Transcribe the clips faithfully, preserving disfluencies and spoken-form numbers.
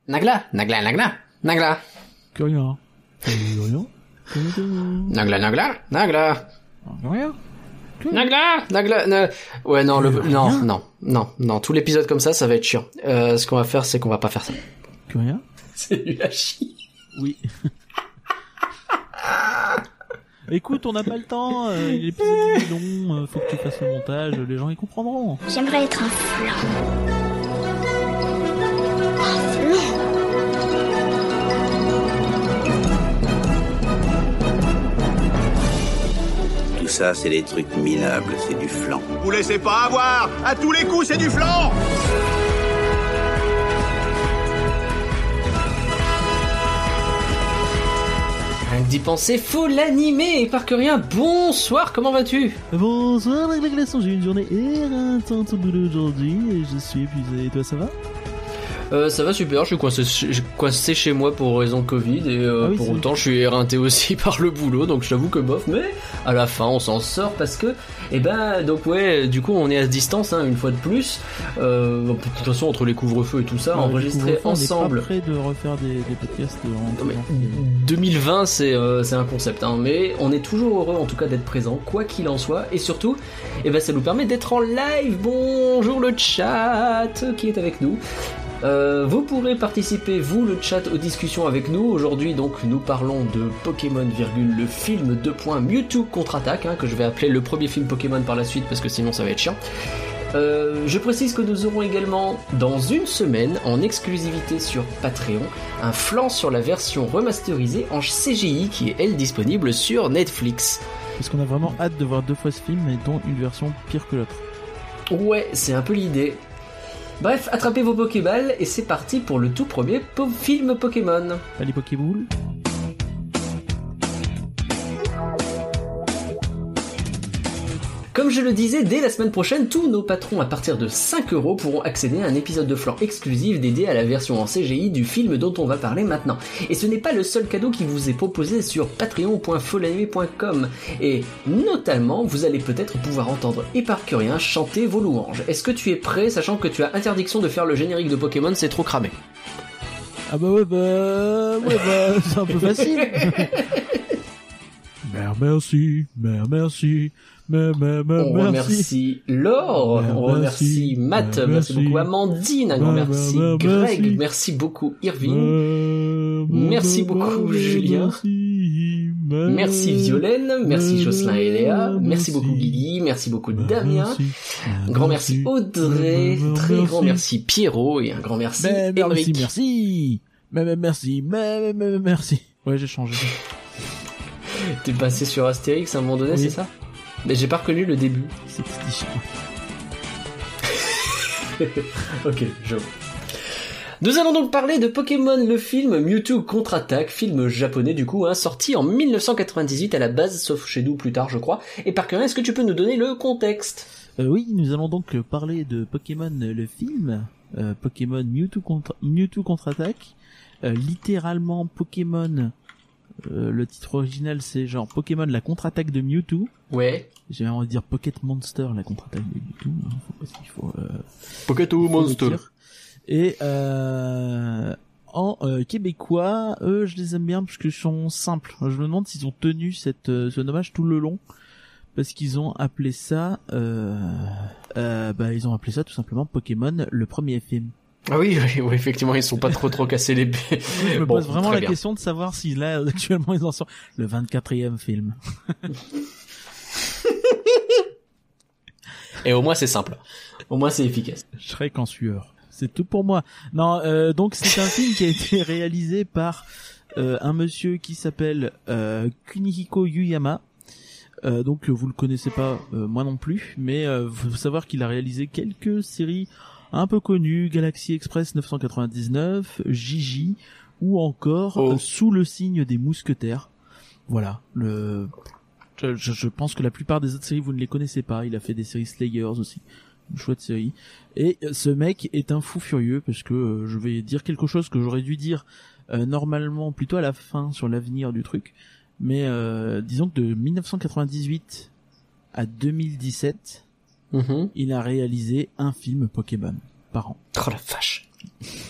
Nagla, Nagla, Nagla, Nagla. Que rien. Que rien. Nagla, Nagla, Nagla. Rien. Nagla, Nagla, na... Ouais, non, le, non, non, non, non, tout l'épisode comme ça, ça va être chiant. Euh, ce qu'on va faire, c'est qu'on va pas faire ça. Que rien. C'est du hachis. Oui. Écoute, on n'a pas le temps, euh, l'épisode est long, euh, faut que tu fasses le montage, les gens y comprendront. J'aimerais être un flan. Un flan. Tout ça, c'est des trucs minables, c'est du flan. Vous laissez pas avoir. À tous les coups, c'est du flan. Rien que d'y penser, faut l'animer. Par que rien, bonsoir, comment vas-tu? Bonsoir avec la glaçon, j'ai eu une journée éreintante au boulot aujourd'hui et je suis épuisé. Et toi, ça va? Euh, ça va super, je suis coincé, je suis coincé chez moi pour raison Covid et euh, ah oui, pour c'est... autant je suis éreinté aussi par le boulot, donc je t'avoue que bof, mais à la fin on s'en sort parce que, eh ben, donc ouais, du coup on est à distance, hein, une fois de plus, euh, de toute façon entre les couvre-feux et tout ça, ouais, enregistrer ensemble. On est pas prêt de refaire des, des podcasts en mais, deux mille vingt c'est, euh, c'est un concept, hein, mais on est toujours heureux en tout cas d'être présent, quoi qu'il en soit, et surtout, eh ben ça nous permet d'être en live. Bonjour le chat qui est avec nous. Euh, vous pourrez participer, vous, le chat, aux discussions avec nous. Aujourd'hui, donc, nous parlons de Pokémon, virgule, le film deux points Mewtwo contre-attaque, hein, que je vais appeler le premier film Pokémon par la suite, parce que sinon ça va être chiant. Euh, je précise que nous aurons également, dans une semaine, en exclusivité sur Patreon, un flanc sur la version remasterisée en C G I, qui est, elle, disponible sur Netflix. Parce qu'on a vraiment hâte de voir deux fois ce film, mais dont une version pire que l'autre. Ouais, c'est un peu l'idée. Bref, attrapez vos Pokéballs et c'est parti pour le tout premier po- film Pokémon. Allez Pokéboules. Comme je le disais, dès la semaine prochaine, tous nos patrons à partir de cinq euros pourront accéder à un épisode de flanc exclusif dédié à la version en C G I du film dont on va parler maintenant. Et ce n'est pas le seul cadeau qui vous est proposé sur patreon point folanimé point com. Et notamment, vous allez peut-être pouvoir entendre Éparcurien chanter vos louanges. Est-ce que tu es prêt, sachant que tu as interdiction de faire le générique de Pokémon, c'est trop cramé? Ah bah ouais bah... ouais bah... c'est un peu facile. Mère merci, mère merci... Mais, mais, mais, on merci. remercie Laure, mais, on remercie merci, Matt, mais, merci, merci beaucoup Amandine, un grand mais, merci mais, Greg, merci, merci beaucoup Irving, mais, merci mais, beaucoup mais, Julien, merci, mais, merci Violaine, merci mais, Jocelyn et Léa, merci, merci beaucoup Lily, merci beaucoup mais, Damien, merci, un grand merci, merci Audrey, mais, très merci, grand merci Pierrot et un grand merci mais, Émeric. Merci, merci, mais, mais, merci, mais, mais, mais, merci. Ouais, j'ai changé. T'es passé sur Astérix à un moment donné, oui. C'est ça? Mais j'ai pas reconnu le début. C'est cliché. Ok, je vois. Nous allons donc parler de Pokémon, le film Mewtwo contre-attaque, film japonais du coup, hein, sorti en dix-neuf cent quatre-vingt-dix-huit à la base, sauf chez nous plus tard je crois. Et par contre, est-ce que tu peux nous donner le contexte? euh, Oui, nous allons donc parler de Pokémon, le film, euh, Pokémon Mewtwo, contre... Mewtwo contre-attaque, euh, littéralement Pokémon... Euh, le titre original c'est genre Pokémon la contre-attaque de Mewtwo. Ouais. J'ai même envie de dire Pocket Monster la contre-attaque de Mewtwo. Hein, faut parce qu'il faut. Euh, Pocket Monster. Et euh, en euh, québécois, eux je les aime bien parce qu'ils sont simples. Je me demande s'ils ont tenu cette euh, ce nommage tout le long parce qu'ils ont appelé ça. Euh, euh, bah ils ont appelé ça tout simplement Pokémon le premier film. Ah oui, oui, oui, effectivement, ils sont pas trop trop cassés les pieds. Je me bon, pose vraiment la bien. question de savoir si là, actuellement, ils en sont le vingt-quatrième film. Et au moins, c'est simple. Au moins, c'est efficace. Je serais qu'en sueur. C'est tout pour moi. Non, euh, donc c'est un film qui a été réalisé par euh, un monsieur qui s'appelle euh, Kunihiko Yuyama. Euh, donc vous le connaissez pas, euh, moi non plus, mais euh, faut savoir qu'il a réalisé quelques séries un peu connu, Galaxy Express neuf cent quatre-vingt-dix-neuf, Gigi, ou encore oh. euh, Sous le signe des mousquetaires. Voilà, le... je, je pense que la plupart des autres séries vous ne les connaissez pas. Il a fait des séries Slayers aussi, une chouette série. Et euh, ce mec est un fou furieux parce que euh, je vais dire quelque chose que j'aurais dû dire euh, normalement plutôt à la fin sur l'avenir du truc. Mais euh, disons que de dix-neuf cent quatre-vingt-dix-huit à deux mille dix-sept... Mmh. Il a réalisé un film Pokémon par an. Oh la vache.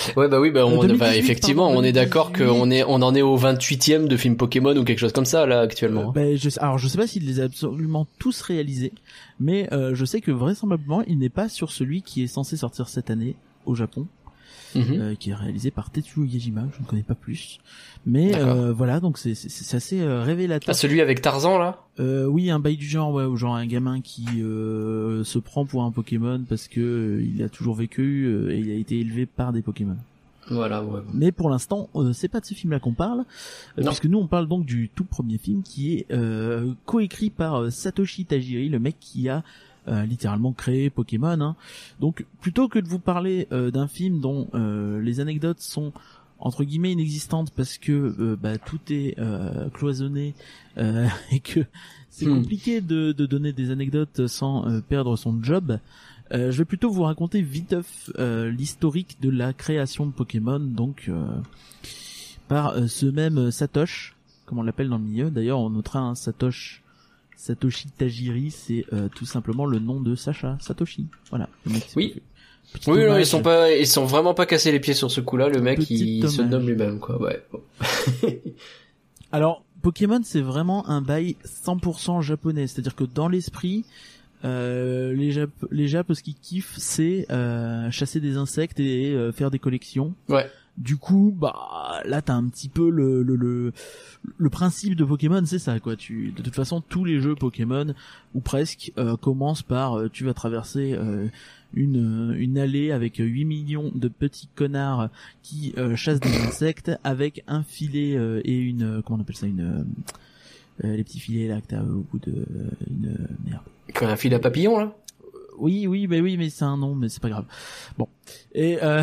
Ouais, bah oui, bah on, Euh, deux mille dix-huit, bah, effectivement, pardon, on est d'accord deux mille dix-huit. qu'on est, on en est au vingt-huitième de film Pokémon ou quelque chose comme ça, là, actuellement. Euh, ben, je, alors je sais pas s'il les a absolument tous réalisés, mais euh, je sais que vraisemblablement il n'est pas sur celui qui est censé sortir cette année au Japon. Mhm. Euh, qui est réalisé par Tetsuo Yajima, je ne connais pas plus. Mais D'accord. euh, voilà, donc c'est c'est, c'est assez euh, révélateur. Ah, celui avec Tarzan, là? Euh, oui, un bail du genre, ouais, ou genre un gamin qui euh, se prend pour un Pokémon parce que euh, il a toujours vécu euh, et il a été élevé par des Pokémon. Voilà, ouais. Mais pour l'instant, euh, c'est pas de ce film-là qu'on parle, euh, Non. puisque nous on parle donc du tout premier film qui est euh, coécrit par euh, Satoshi Tajiri, le mec qui a euh, littéralement créé Pokémon. Hein. Donc plutôt que de vous parler euh, d'un film dont euh, les anecdotes sont entre guillemets inexistantes parce que euh, bah, tout est euh, cloisonné euh, et que c'est Hmm. compliqué de, de donner des anecdotes sans euh, perdre son job. Euh, je vais plutôt vous raconter viteuf euh, l'historique de la création de Pokémon, donc euh, par euh, ce même Satoshi, comme on l'appelle dans le milieu. D'ailleurs, on notera un Satoshi, Satoshi Tajiri, c'est euh, tout simplement le nom de Sacha Satoshi. Voilà. Le mec, c'est Oui. pas fait. Petit Oui, non, hommage. ils sont pas, ils sont vraiment pas cassés les pieds sur ce coup-là, le mec, Petit il se hommage. nomme lui-même, quoi, ouais. Bon. Alors, Pokémon, c'est vraiment un bail cent pour cent japonais. C'est-à-dire que dans l'esprit, euh, les Jap, les Japs, ce qu'ils kiffent, c'est euh, chasser des insectes et euh, faire des collections. Ouais. Du coup, bah là t'as un petit peu le le le, le principe de Pokémon, c'est ça quoi. Tu de toute façon tous les jeux Pokémon ou presque euh, commencent par euh, tu vas traverser euh, une une allée avec huit millions de petits connards qui euh, chassent des insectes avec un filet euh, et une euh, comment on appelle ça une euh, les petits filets là que t'as au bout de euh, une euh, merde. Comme un fil à papillon, là? Oui, oui, mais oui, mais c'est un nom, mais c'est pas grave. Bon, et, euh,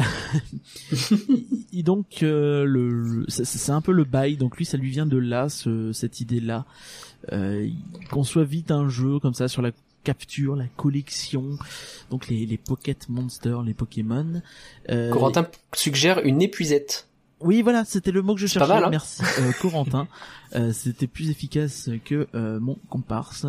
et donc euh, le, le c'est, c'est un peu le bail. Donc lui, ça lui vient de là, ce, cette idée-là. Euh, il conçoit vite un jeu comme ça sur la capture, la collection, donc les, les Pocket Monsters, les Pokémon. Euh, Corentin suggère une épuisette. Oui, voilà, c'était le mot que je C'est cherchais. pas mal, hein. Merci, euh, Corentin. euh, c'était plus efficace que euh, mon comparse.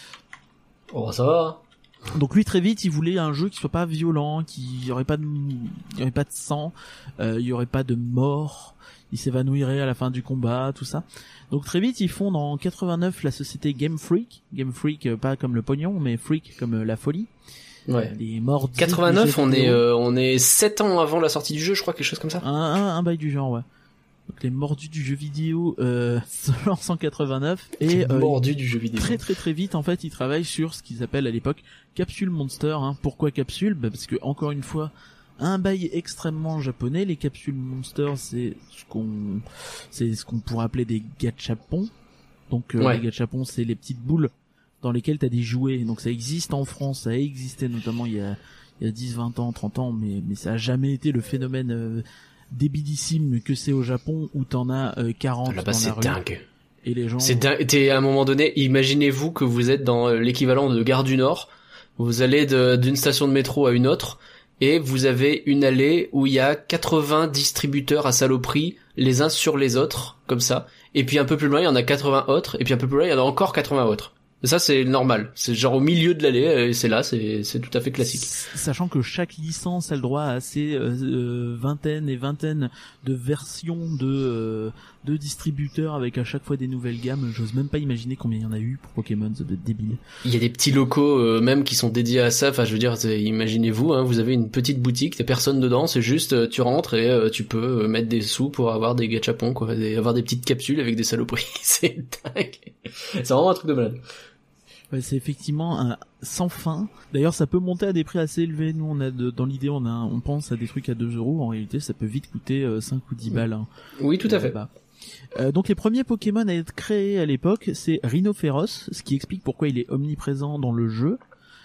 Oh, ça va. Donc lui très vite il voulait un jeu qui soit pas violent, qui y aurait pas de, il y aurait pas de sang, euh, il y aurait pas de mort, il s'évanouirait à la fin du combat, tout ça. Donc très vite ils fondent en quatre-vingt-neuf la société Game Freak, Game Freak euh, pas comme le pognon mais freak comme euh, la folie. Ouais. Les morts. quatre-vingt-neuf, on est, euh, on est sept ans avant la sortie du jeu, je crois, quelque chose comme ça. Un, un, un bail du genre ouais. Donc les mordus du jeu vidéo euh, se lancent en quatre-vingt-neuf et euh, Mordu du jeu vidéo. très très très vite en fait ils travaillent sur ce qu'ils appellent à l'époque Capsule Monster. Hein. Pourquoi capsule? Bah, parce que encore une fois un bail extrêmement japonais. Les capsules Monster c'est ce qu'on c'est ce qu'on pourrait appeler des gachapons. Donc euh, Ouais. les gachapons c'est les petites boules dans lesquelles t'as des jouets. Donc ça existe en France, ça a existé notamment il y a il y a dix, vingt ans, trente ans, mais mais ça a jamais été le phénomène euh, débilissime que c'est au Japon où t'en as euh, quarante Là-bas, dans la c'est rue dingue. et les gens C'est dingue. T'es, à un moment donné, imaginez-vous que vous êtes dans euh, l'équivalent de Gare du Nord. Vous allez de- d'une station de métro à une autre et vous avez une allée où il y a quatre-vingts distributeurs à saloperie les uns sur les autres, comme ça. Et puis un peu plus loin, il y en a quatre-vingts autres. Et puis un peu plus loin, il y en a encore quatre-vingts autres. Et ça, c'est normal. C'est genre au milieu de l'allée et c'est là, c'est, c'est tout à fait classique. Sachant que chaque licence a le droit à ses euh, euh, vingtaines et vingtaines de versions de euh, de distributeurs avec à chaque fois des nouvelles gammes. J'ose même pas imaginer combien il y en a eu pour Pokémon, ça doit être débile. Il y a des petits locaux euh, même qui sont dédiés à ça. Enfin, je veux dire, c'est- imaginez-vous, hein, vous avez une petite boutique, t'as personne dedans, c'est juste euh, tu rentres et euh, tu peux euh, mettre des sous pour avoir des gachapons, quoi, des, avoir des petites capsules avec des saloperies. C'est dingue. C'est vraiment un truc de malade. Ouais, c'est effectivement un sans fin. D'ailleurs, ça peut monter à des prix assez élevés. Nous, on a de, dans l'idée, on a, on pense à des trucs à deux euros. En réalité, ça peut vite coûter euh, cinq ou dix balles. Hein. Oui, tout à fait. Là-bas. Euh, donc les premiers Pokémon à être créés à l'époque, c'est Rhinophéros, ce qui explique pourquoi il est omniprésent dans le jeu,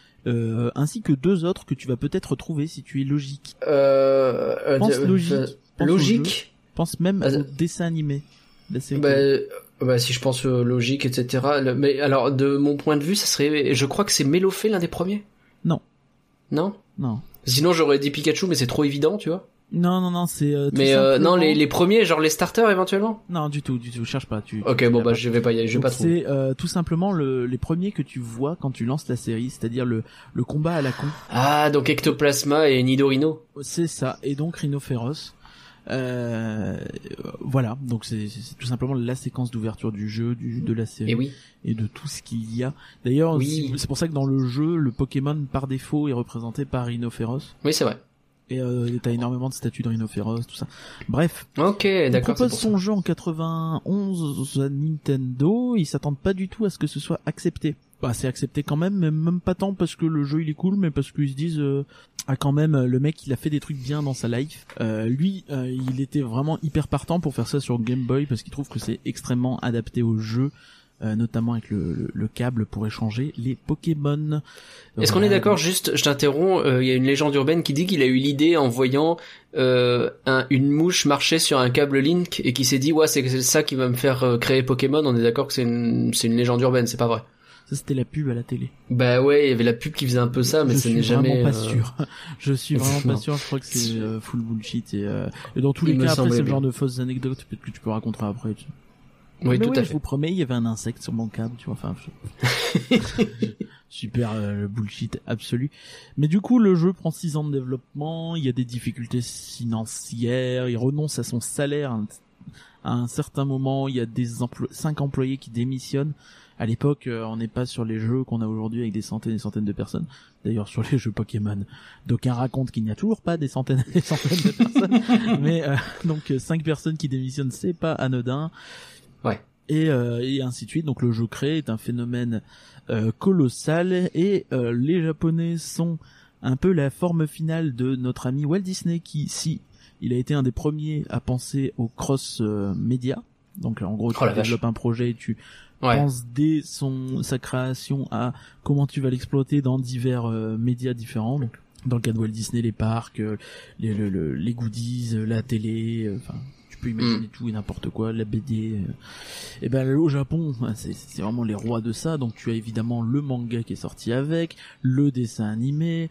euh, ainsi que deux autres que tu vas peut-être retrouver si tu es logique. Euh, euh, Pense euh, logique. euh, Pense au logique. Pense même Ah, au dessin animé. La série Bah, télé. bah, si je pense euh, logique, et cetera. Le- mais alors, de mon point de vue, ça serait, je crois que c'est Mélofée l'un des premiers. Non. Non? Non. Sinon, j'aurais dit Pikachu, mais c'est trop évident, tu vois. Non, non, non, c'est. Euh, tout Mais euh, simplement... non, les, les premiers, genre les starters éventuellement. Non, du tout, du tout. Cherche pas. Tu. Ok, tu bon l'as bah pas. je vais pas y aller, je vais Donc, pas trouver. c'est euh, tout simplement le, les premiers que tu vois quand tu lances la série, c'est-à-dire le le combat à la con. Ah, donc Ectoplasma et Nidorino. C'est ça. Et donc Rhinophéros. Euh, voilà. Donc c'est, c'est, c'est tout simplement la séquence d'ouverture du jeu, du de la série. Et oui. Et de tout ce qu'il y a. D'ailleurs, Oui. c'est, c'est pour ça que dans le jeu, le Pokémon par défaut est représenté par Rhinophéros. Oui, c'est vrai. Et euh, t'as énormément de statues de Rhinophéros, tout ça. Bref. Ok, Il d'accord. propose c'est pour son jeu en quatre-vingt-onze à Nintendo. Ils s'attendent pas du tout à ce que ce soit accepté. Bah, c'est accepté quand même, mais même pas tant parce que le jeu il est cool, mais parce qu'ils se disent euh, ah quand même le mec il a fait des trucs bien dans sa life. Euh, lui, euh, il était vraiment hyper partant pour faire ça sur Game Boy parce qu'il trouve que c'est extrêmement adapté au jeu. Euh, notamment avec le, le, le câble pour échanger les Pokémon. Est-ce Voilà. qu'on est d'accord, juste, je t'interromps, il euh, y a une légende urbaine qui dit qu'il a eu l'idée en voyant euh, un, une mouche marcher sur un câble Link et qui s'est dit ouais c'est, c'est ça qui va me faire euh, créer Pokémon. On est d'accord que c'est une, c'est une légende urbaine, c'est pas vrai? Ça c'était la pub à la télé. Bah ouais, il y avait la pub qui faisait un peu ça, mais je ce suis n'est jamais. vraiment pas euh... sûr. Je suis vraiment pas Non. sûr. Je crois que c'est euh, full bullshit et, euh, et dans tous Il les me cas après semblait c'est le bien. genre de fausses anecdotes peut-être que tu peux raconter après. Tu... Oui, mais tout ouais, à je fait. vous promets, il y avait un insecte sur mon câble, tu vois. Enfin, je... super euh, bullshit absolu. Mais du coup, le jeu prend six ans de développement. Il y a des difficultés financières. Il renonce à son salaire à un certain moment. Il y a des emplo... cinq employés qui démissionnent. À l'époque, euh, on n'est pas sur les jeux qu'on a aujourd'hui avec des centaines et des centaines de personnes. D'ailleurs, sur les jeux Pokémon, d'aucuns racontent qu'il n'y a toujours pas des centaines et des centaines de personnes. Mais euh, donc euh, cinq personnes qui démissionnent, c'est pas anodin. Ouais. Et, euh, et ainsi de suite. Donc le jeu créé est un phénomène euh, colossal et euh, les Japonais sont un peu la forme finale de notre ami Walt Disney qui, si il a été un des premiers à penser au cross euh, média. Donc en gros, tu Oh la développes vache. un projet et tu Ouais. penses dès son sa création à comment tu vas l'exploiter dans divers euh, médias différents. Donc dans le cas de Walt Disney, les parcs, euh, les, le, le, les goodies, euh, la télé, enfin. Euh, tu peux imaginer mm. tout et n'importe quoi, la B D. Euh. Et ben au Japon, c'est, c'est vraiment les rois de ça. Donc tu as évidemment le manga qui est sorti avec, le dessin animé,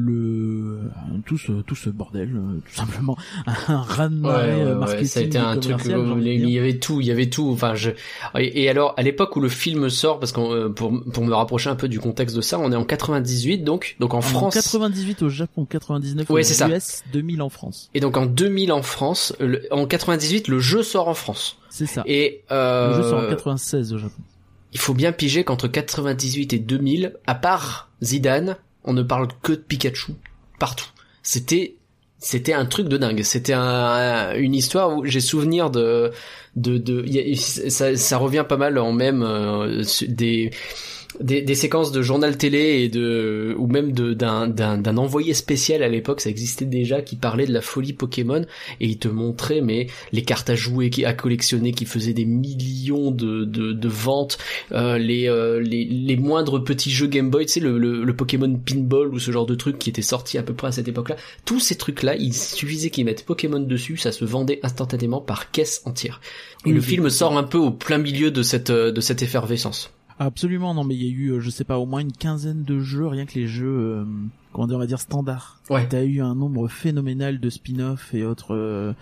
le tout ce tout ce bordel, euh, tout simplement un raz-de-marée ouais, ouais, marketing. Ouais, ça a été un truc où il y avait tout, il y avait tout. Enfin, je et, et alors à l'époque où le film sort, parce que pour pour me rapprocher un peu du contexte de ça, on est en quatre-vingt-dix-huit, donc donc en, en France. quatre-vingt-dix-huit au Japon, quatre-vingt-dix-neuf ouais, aux c'est U S, ça. deux mille en France. Et donc en deux mille en France, le, en quatre-vingt-dix-huit le jeu sort en France. C'est ça. Et euh, le jeu sort en quatre-vingt-seize au Japon. Il faut bien piger qu'entre quatre-vingt-dix-huit et deux mille, à part Zidane, on ne parle que de Pikachu partout. C'était c'était un truc de dingue. C'était un, une histoire où j'ai souvenir de de de y a, ça ça revient pas mal en même euh, des Des, des séquences de journal télé et de ou même de d'un d'un d'un envoyé spécial à l'époque, ça existait déjà, qui parlait de la folie Pokémon et il te montrait mais les cartes à jouer, qui à collectionner, qui faisaient des millions de de, de ventes, euh, les euh, les les moindres petits jeux Game Boy, tu sais le, le le Pokémon Pinball ou ce genre de truc qui était sorti à peu près à cette époque-là. Tous ces trucs-là, il suffisait qu'ils mettent Pokémon dessus, ça se vendait instantanément par caisse entière. Et oui, le film sort un peu au plein milieu de cette de cette effervescence. Absolument, non, mais il y a eu, je sais pas, au moins une quinzaine de jeux, rien que les jeux, euh, comment dire, on va dire standards. Ouais. T'as eu un nombre phénoménal de spin-off et autres, euh,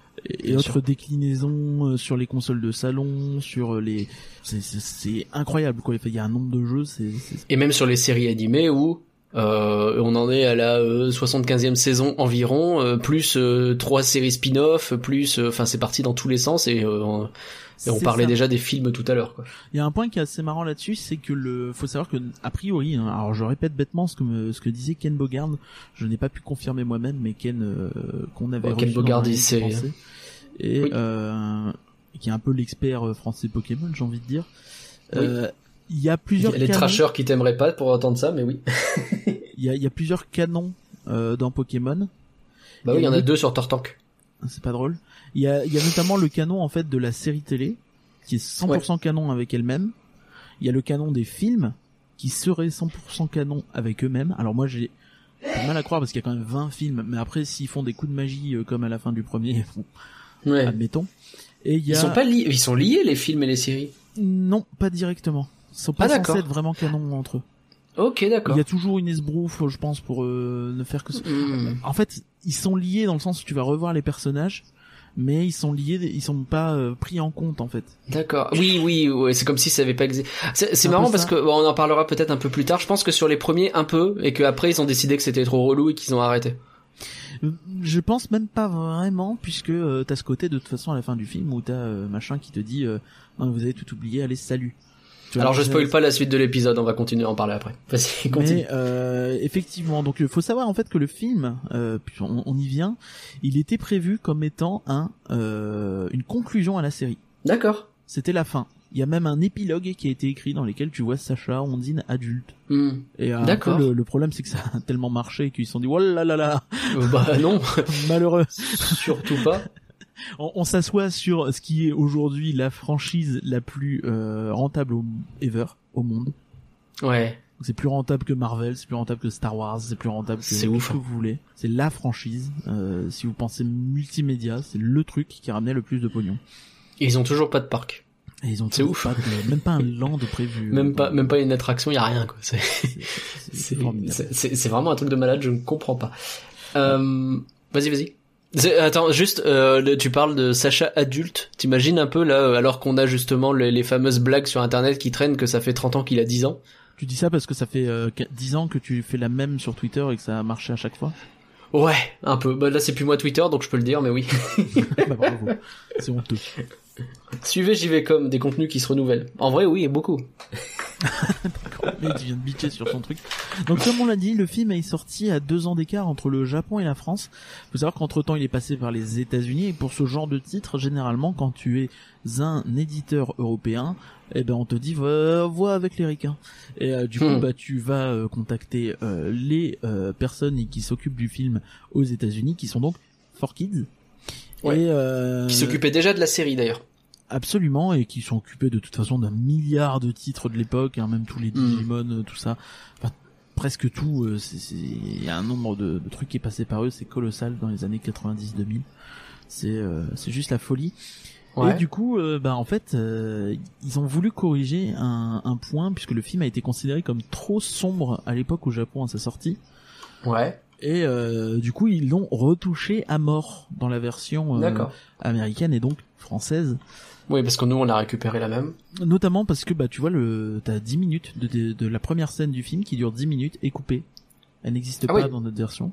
et Bien autres sûr. déclinaisons euh, sur les consoles de salon, sur les, c'est, c'est, c'est incroyable, quoi. Il y a un nombre de jeux, c'est, c'est... Et même sur les séries animées où euh, on en est à la euh, soixante-quinzième saison environ, euh, plus euh, trois séries spin-off, plus, enfin euh, c'est parti dans tous les sens et euh, on, et on parlait ça. Déjà des films tout à l'heure, quoi. Il y a un point qui est assez marrant là-dessus, c'est que le, faut savoir que a priori, hein, alors je répète bêtement ce que me, ce que disait Ken Bogard, je n'ai pas pu confirmer moi-même, mais Ken euh, qu'on avait bon, reçu Ken Bogard, dans il sait, français, et oui. euh, qui est un peu l'expert français Pokémon, j'ai envie de dire. Oui. Euh, il y a plusieurs. Il y a les canons. trashers qui t'aimeraient pas pour entendre ça, mais oui. il y a, il y a plusieurs canons euh, dans Pokémon. Bah oui, il y en a deux sur Tortank. C'est pas drôle. Il y a, il y a notamment le canon en fait de la série télé, qui est cent pour cent ouais. canon avec elle-même. Il y a le canon des films, qui serait cent pour cent canon avec eux-mêmes. Alors moi j'ai du mal à croire parce qu'il y a quand même vingt films, mais après s'ils font des coups de magie euh, comme à la fin du premier, bon, ouais. admettons. Et il y a... Ils sont pas liés, ils sont liés les films et les séries. Non, pas directement. Ils sont pas ah, censés être vraiment canon entre eux. Ok, d'accord. Il y a toujours une esbrouffe, je pense, pour euh, ne faire que... Mmh. En fait, ils sont liés dans le sens où tu vas revoir les personnages, mais ils sont liés, ils sont pas euh, pris en compte, en fait. D'accord. Oui, oui, ouais, c'est comme si ça avait pas existé. C'est, c'est marrant parce que bon, on en parlera peut-être un peu plus tard. Je pense que sur les premiers, un peu, et qu'après ils ont décidé que c'était trop relou et qu'ils ont arrêté. Je pense même pas vraiment, puisque euh, t'as ce côté de toute façon à la fin du film où t'as euh, machin qui te dit euh, non, vous avez tout oublié, allez salut. Tu Alors vois, je spoil pas la suite de l'épisode, on va continuer à en parler après. Vas-y, continue. Mais euh, effectivement, donc il faut savoir en fait que le film, euh, puis on, on y vient, il était prévu comme étant un euh, une conclusion à la série. D'accord. C'était la fin. Il y a même un épilogue qui a été écrit dans lequel tu vois Sacha Ondine adulte. Mmh. Et euh, D'accord. Le, le problème c'est que ça a tellement marché qu'ils se sont dit oh là là là. Euh, bah non. Malheureux. Surtout pas. On, on s'assoit sur ce qui est aujourd'hui la franchise la plus euh, rentable au, ever au monde. Ouais. Donc c'est plus rentable que Marvel, c'est plus rentable que Star Wars, c'est plus rentable que c'est tout ouf, ce que hein. vous voulez. C'est la franchise. Euh, si vous pensez multimédia, c'est le truc qui ramenait le plus de pognon. Et ils ont toujours pas de parc. Et ils ont c'est ouf. Pas de, même pas un land prévu. Même euh, pas, dans... même pas une attraction, y a rien quoi. C'est, c'est, c'est, c'est, c'est, c'est, c'est vraiment un truc de malade, je ne comprends pas. Euh, vas-y, vas-y. C'est, attends, juste, euh, tu parles de Sacha adulte. T'imagines un peu là, alors qu'on a justement les, les fameuses blagues sur Internet qui traînent que ça fait trente ans qu'il a dix ans. Tu dis ça parce que ça fait euh, dix ans que tu fais la même sur Twitter et que ça a marché à chaque fois. Ouais, un peu. Bah là, c'est plus moi Twitter, donc je peux le dire, mais oui. Bah bravo, c'est honteux. Suivez J V Com, des contenus qui se renouvellent. En vrai, oui, beaucoup. Mais tu viens de bitcher sur son truc. Donc comme on l'a dit, le film est sorti à deux ans d'écart entre le Japon et la France. Faut savoir qu'entre temps il est passé par les États-Unis, et pour ce genre de titre, généralement quand tu es un éditeur européen, eh ben on te dit va vois avec les ricains. Et euh, du coup hmm. bah tu vas euh, contacter euh, les euh, personnes qui s'occupent du film aux États-Unis, qui sont donc four Kids. Ouais. Et euh... qui s'occupaient déjà de la série d'ailleurs. Absolument, et qui sont occupés de toute façon d'un milliard de titres de l'époque, hein, même tous les Digimon, mmh. tout ça, enfin, presque tout, euh, c'est, c'est, il y a un nombre de, de trucs qui est passé par eux, c'est colossal dans les années quatre-vingt-dix deux mille, c'est, euh, c'est juste la folie. Ouais. Et du coup, euh, bah en fait, euh, ils ont voulu corriger un, un point, puisque le film a été considéré comme trop sombre à l'époque au Japon à sa sortie. Ouais. Et euh, du coup, ils l'ont retouché à mort dans la version euh, américaine et donc française. Oui, parce que nous, on a récupéré la même. Notamment parce que, bah, tu vois, le, t'as dix minutes de, de, de la première scène du film qui dure dix minutes et coupée. Elle n'existe ah pas oui. dans notre version.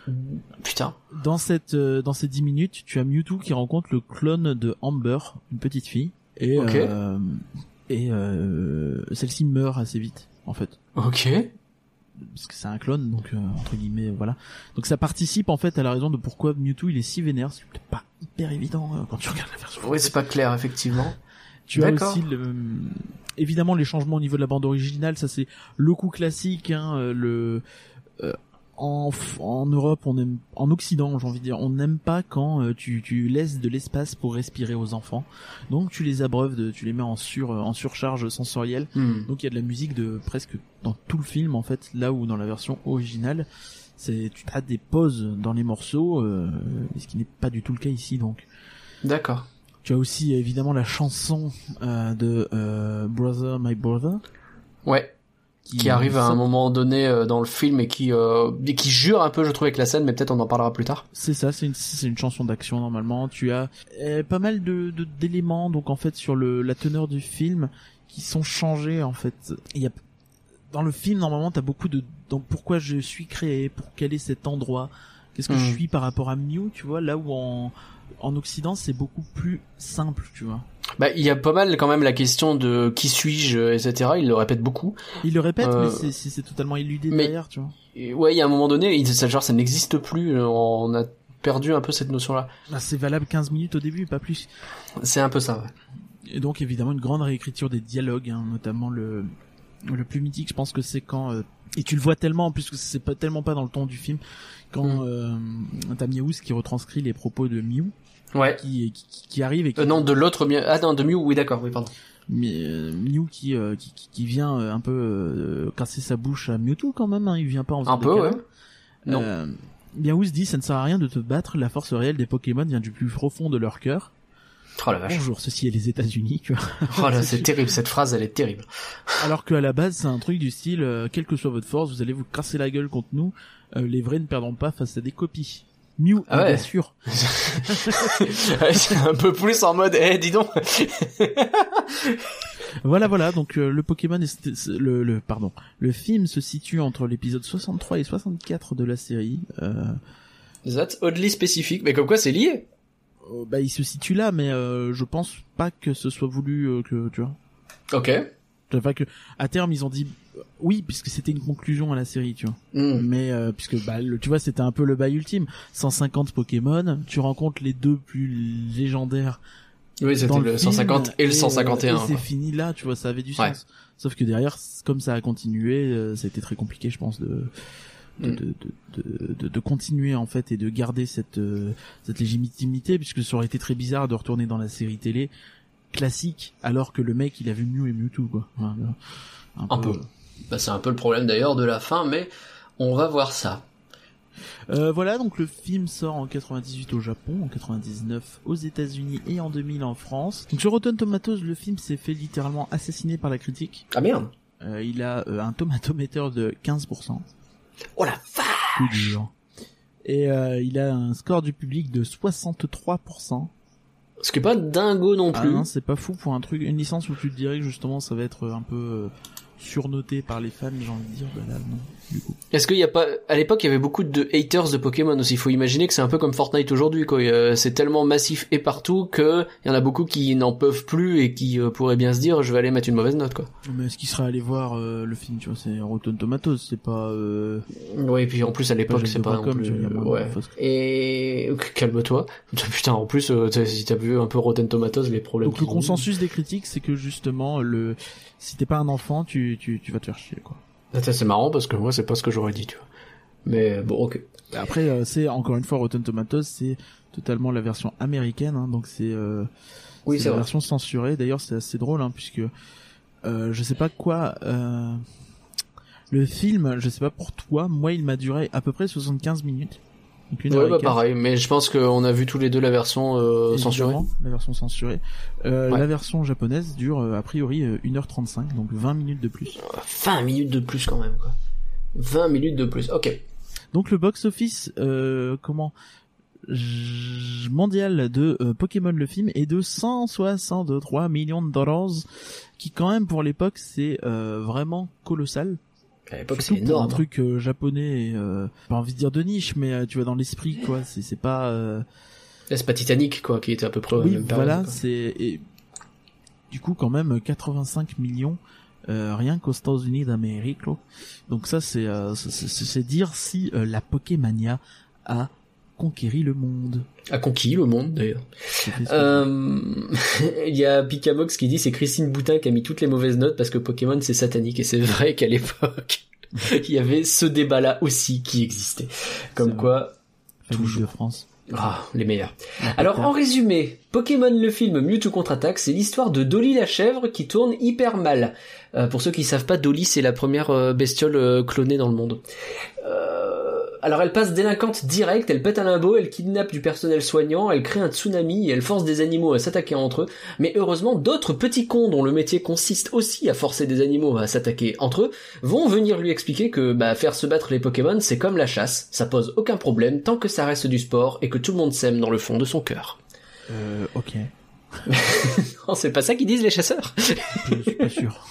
Putain. Dans cette, euh, dans ces dix minutes, tu as Mewtwo qui rencontre le clone de Amber, une petite fille. Et, okay. euh, et, euh, celle-ci meurt assez vite, en fait. Ok. Parce que c'est un clone, donc euh, entre guillemets, voilà. Donc ça participe en fait à la raison de pourquoi Mewtwo il est si vénère. C'est peut-être pas hyper évident euh, quand tu regardes la version. Oui, c'est pas clair effectivement. Tu D'accord. as aussi le, euh, évidemment les changements au niveau de la bande originale, ça c'est le coup classique. Hein, euh, le euh, en en Europe, on aime, en Occident, j'ai envie de dire, on n'aime pas quand euh, tu tu laisses de l'espace pour respirer aux enfants. Donc tu les abreuves, de, tu les mets en sur en surcharge sensorielle. Mm. Donc il y a de la musique de presque dans tout le film en fait, là où dans la version originale, c'est tu as des pauses dans les morceaux, euh, ce qui n'est pas du tout le cas ici donc. D'accord. Tu as aussi évidemment la chanson euh, de euh, Brother My Brother. Ouais. Qui, qui arrive à un moment donné euh, dans le film et qui euh, et qui jure un peu, je trouve, avec la scène, mais peut-être on en parlera plus tard. C'est ça, c'est une c'est une chanson d'action normalement. Tu as euh, pas mal de, de d'éléments donc en fait sur le la teneur du film qui sont changés en fait. Il y a dans le film normalement t'as beaucoup de donc pourquoi je suis créé, pour quel est cet endroit, qu'est-ce que mmh. je suis par rapport à Mew, tu vois, là où en en Occident c'est beaucoup plus simple, tu vois. Bah, il y a pas mal quand même la question de qui suis-je, et cetera. Il le répète beaucoup. Il le répète, euh... mais c'est, c'est, c'est totalement éludé mais... derrière, tu vois. Et ouais, il y a un moment donné, il, ça, genre ça n'existe plus. On a perdu un peu cette notion-là. Bah, c'est valable quinze minutes au début, pas plus. C'est un peu ça, ouais. Et donc évidemment une grande réécriture des dialogues, hein, notamment le le plus mythique, je pense que c'est quand euh... et tu le vois tellement en plus que c'est pas tellement pas dans le ton du film quand mm. euh, t'as Miaouz qui retranscrit les propos de Mew. Ouais. Qui, qui, qui arrive et qui... Euh, non, de l'autre Mew. Ah non, de Mew, oui, d'accord, oui, pardon. Mais, euh, Mew qui, euh, qui, qui vient euh, un peu euh, casser sa bouche à Mewtwo quand même, hein, il vient pas en faisant un peu, ouais. Non. Euh, Miaouz dit, ça ne sert à rien de te battre, la force réelle des Pokémon vient du plus profond de leur cœur. Oh la vache. Bonjour, ceci est les États-Unis, tu vois. Oh là, c'est terrible, cette phrase, elle est terrible. Alors qu'à la base, c'est un truc du style, euh, quelle que soit votre force, vous allez vous casser la gueule contre nous, euh, les vrais ne perdront pas face à des copies. Mew, Ah ouais. bien sûr. Ouais, c'est un peu plus en mode, eh, dis donc. Voilà, voilà, donc euh, le Pokémon, est, c'est- le, le, pardon, le film se situe entre l'épisode soixante-trois et soixante-quatre de la série. Euh, That's oddly spécifique, mais comme quoi c'est lié. euh, bah, il se situe là, mais euh, je pense pas que ce soit voulu euh, que, tu vois. Ok. Enfin que à terme ils ont dit euh, oui puisque c'était une conclusion à la série, tu vois. Hmm. Mais euh, puisque bah le, tu vois c'était un peu le bail ultime, cent cinquante Pokémon, tu rencontres les deux plus légendaires. Oui, c'était dans le film, cent cinquante et le cent cinquante et un. Et c'est quoi. fini là, tu vois, ça avait du Ouais. sens. Sauf que derrière, c- comme ça a continué, euh, ça a été très compliqué, je pense, de de, Mm. de, de, de, de, de continuer en fait et de garder cette euh, cette légitimité, puisque ça aurait été très bizarre de retourner dans la série télé classique alors que le mec il a vu Mew et Mewtwo quoi. Voilà, un, Un peu. Bah, c'est un peu le problème d'ailleurs de la fin, mais on va voir ça. Euh, voilà, donc le film sort en quatre-vingt-dix-huit au Japon, en quatre-vingt-dix-neuf aux États-Unis et en deux mille en France. Donc sur Rotten Tomatoes, le film s'est fait littéralement assassiner par la critique. Ah merde. Euh, il a euh, un tomatometer de quinze pour cent. Oh la vache. Coup dur. Et euh, il a un score du public de soixante-trois pour cent. Ce qui est pas dingo non Ah plus. non, c'est pas fou pour un truc, une licence où tu te dirais que justement ça va être un peu euh, surnoté par les fans, j'ai envie de dire, bah là non, du coup. Est-ce qu'il y a pas, à l'époque, il y avait beaucoup de haters de Pokémon aussi. Il faut imaginer que c'est un peu comme Fortnite aujourd'hui, quoi. Euh, C'est tellement massif et partout que il y en a beaucoup qui n'en peuvent plus et qui euh, pourraient bien se dire, je vais aller mettre une mauvaise note, quoi. Mais est-ce qu'il serait allé voir euh, le film, tu vois, c'est Rotten Tomatoes, c'est pas... Euh... Oui, et puis en plus à l'époque, Pas c'est Jacques pas de non Bracom, plus. tu veux dire, euh, moi, ouais. fausse- Et calme-toi. Putain, en plus, euh, t'as- si t'as vu un peu Rotten Tomatoes, les problèmes. Donc le qu'ils ont. consensus des critiques, c'est que justement, le si t'es pas un enfant, tu, tu, tu vas te faire chier, quoi. Ça, c'est marrant parce que moi, c'est pas ce que j'aurais dit, tu vois. Mais bon, ok. Après, euh, c'est encore une fois Rotten Tomatoes, c'est totalement la version américaine, hein, donc c'est euh, Oui, c'est c'est la vrai. version censurée. D'ailleurs, c'est assez drôle, hein, puisque euh, je sais pas quoi. Euh, le film, je sais pas pour toi, moi, il m'a duré à peu près soixante-quinze minutes. Donc une heure Ouais, et bah quart. pareil. Mais je pense qu'on a vu tous les deux la version euh, censurée. Évidemment, la version censurée. Euh, Ouais. La version japonaise dure euh, a priori euh, une heure trente-cinq, donc vingt minutes de plus. vingt minutes de plus quand même, quoi. vingt minutes de plus. Ok. Donc le box-office, euh, comment j- mondial de euh, Pokémon le film est de cent soixante-trois millions de dollars, qui quand même pour l'époque c'est euh, vraiment colossal. À l'époque, c'est Surtout pour énorme. un truc euh, japonais, et, euh, pas envie de dire de niche, mais euh, tu vois dans l'esprit quoi, c'est c'est pas. Euh... Là, c'est pas Titanic, quoi, qui était à peu près. au oui, même période, voilà, quoi. c'est et du coup quand même quatre-vingt-cinq millions. Euh, rien qu'aux États-Unis d'Amérique, là. Donc ça c'est euh, c'est- c'est c'est dire si euh, la Pokémania a conquéri le monde. A conquis le monde, d'ailleurs. Ça fait ce que- Euh, il y a Pikamox qui dit c'est Christine Boutin qui a mis toutes les mauvaises notes parce que Pokémon c'est satanique, et c'est vrai qu'à l'époque il y avait ce débat là aussi qui existait, comme C'est quoi Famille toujours. de France. ah les meilleurs. La Alors pétard. en résumé, Pokémon le film Mewtwo contre-attaque, c'est l'histoire de Dolly la chèvre qui tourne hyper mal. Euh, pour ceux qui savent pas, Dolly c'est la première euh, bestiole euh, clonée dans le monde. Euh, alors elle passe délinquante directe, elle pète un limbo, elle kidnappe du personnel soignant, elle crée un tsunami et elle force des animaux à s'attaquer entre eux. Mais heureusement, d'autres petits cons dont le métier consiste aussi à forcer des animaux à s'attaquer entre eux vont venir lui expliquer que bah, faire se battre les Pokémon c'est comme la chasse, ça pose aucun problème tant que ça reste du sport et que tout le monde s'aime dans le fond de son cœur. Euh, ok. Non, c'est pas ça qu'ils disent les chasseurs. Je suis pas sûr.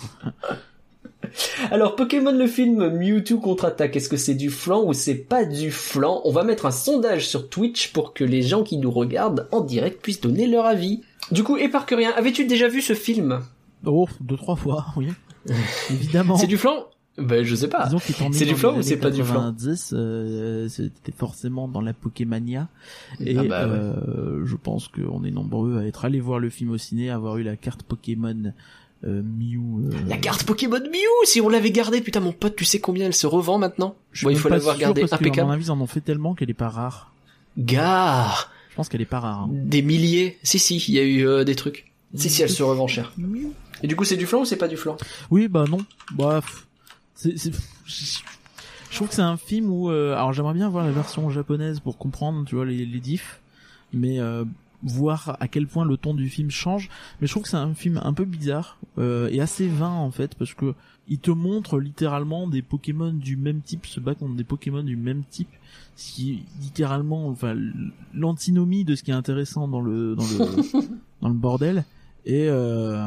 Alors Pokémon le film Mewtwo contre-attaque, est-ce que c'est du flan ou c'est pas du flan? On va mettre un sondage sur Twitch pour que les gens qui nous regardent en direct puissent donner leur avis. Du coup, Éparcurien, avais-tu déjà vu ce film? Oh, deux trois fois, oui. Évidemment. C'est du flan? Ben je sais pas. Disons qu'étant né C'est du dans flan les ou c'est années pas du flan? quatre-vingt-dix, euh, c'était forcément dans la Pokémania. Et Ah bah ouais. euh, je pense qu'on est nombreux à être allés voir le film au ciné, à avoir eu la carte Pokémon euh, Mew. Euh, La carte Pokémon Mew, si on l'avait gardée, putain mon pote, tu sais combien elle se revend maintenant? je Bon, il suis faut même pas l'avoir sûr gardée parce que, à impeccable. mon avis, ils en ont fait tellement qu'elle est pas rare. Gare, Je pense qu'elle est pas rare. Hein. des milliers. Si si, il y a eu euh, des trucs. Si si, elle se revend cher. Mew. Et du coup, c'est du flan ou c'est pas du flan? Oui, bah non. Bah, pff, c'est, c'est, je trouve que c'est un film où, euh, alors j'aimerais bien voir la version japonaise pour comprendre, tu vois, les, les diffs, mais euh, voir à quel point le ton du film change, mais je trouve que c'est un film un peu bizarre euh, et assez vain en fait, parce que il te montre littéralement des Pokémon du même type se battre contre des Pokémon du même type, ce qui est littéralement enfin l'antinomie de ce qui est intéressant dans le dans le dans le bordel, et euh,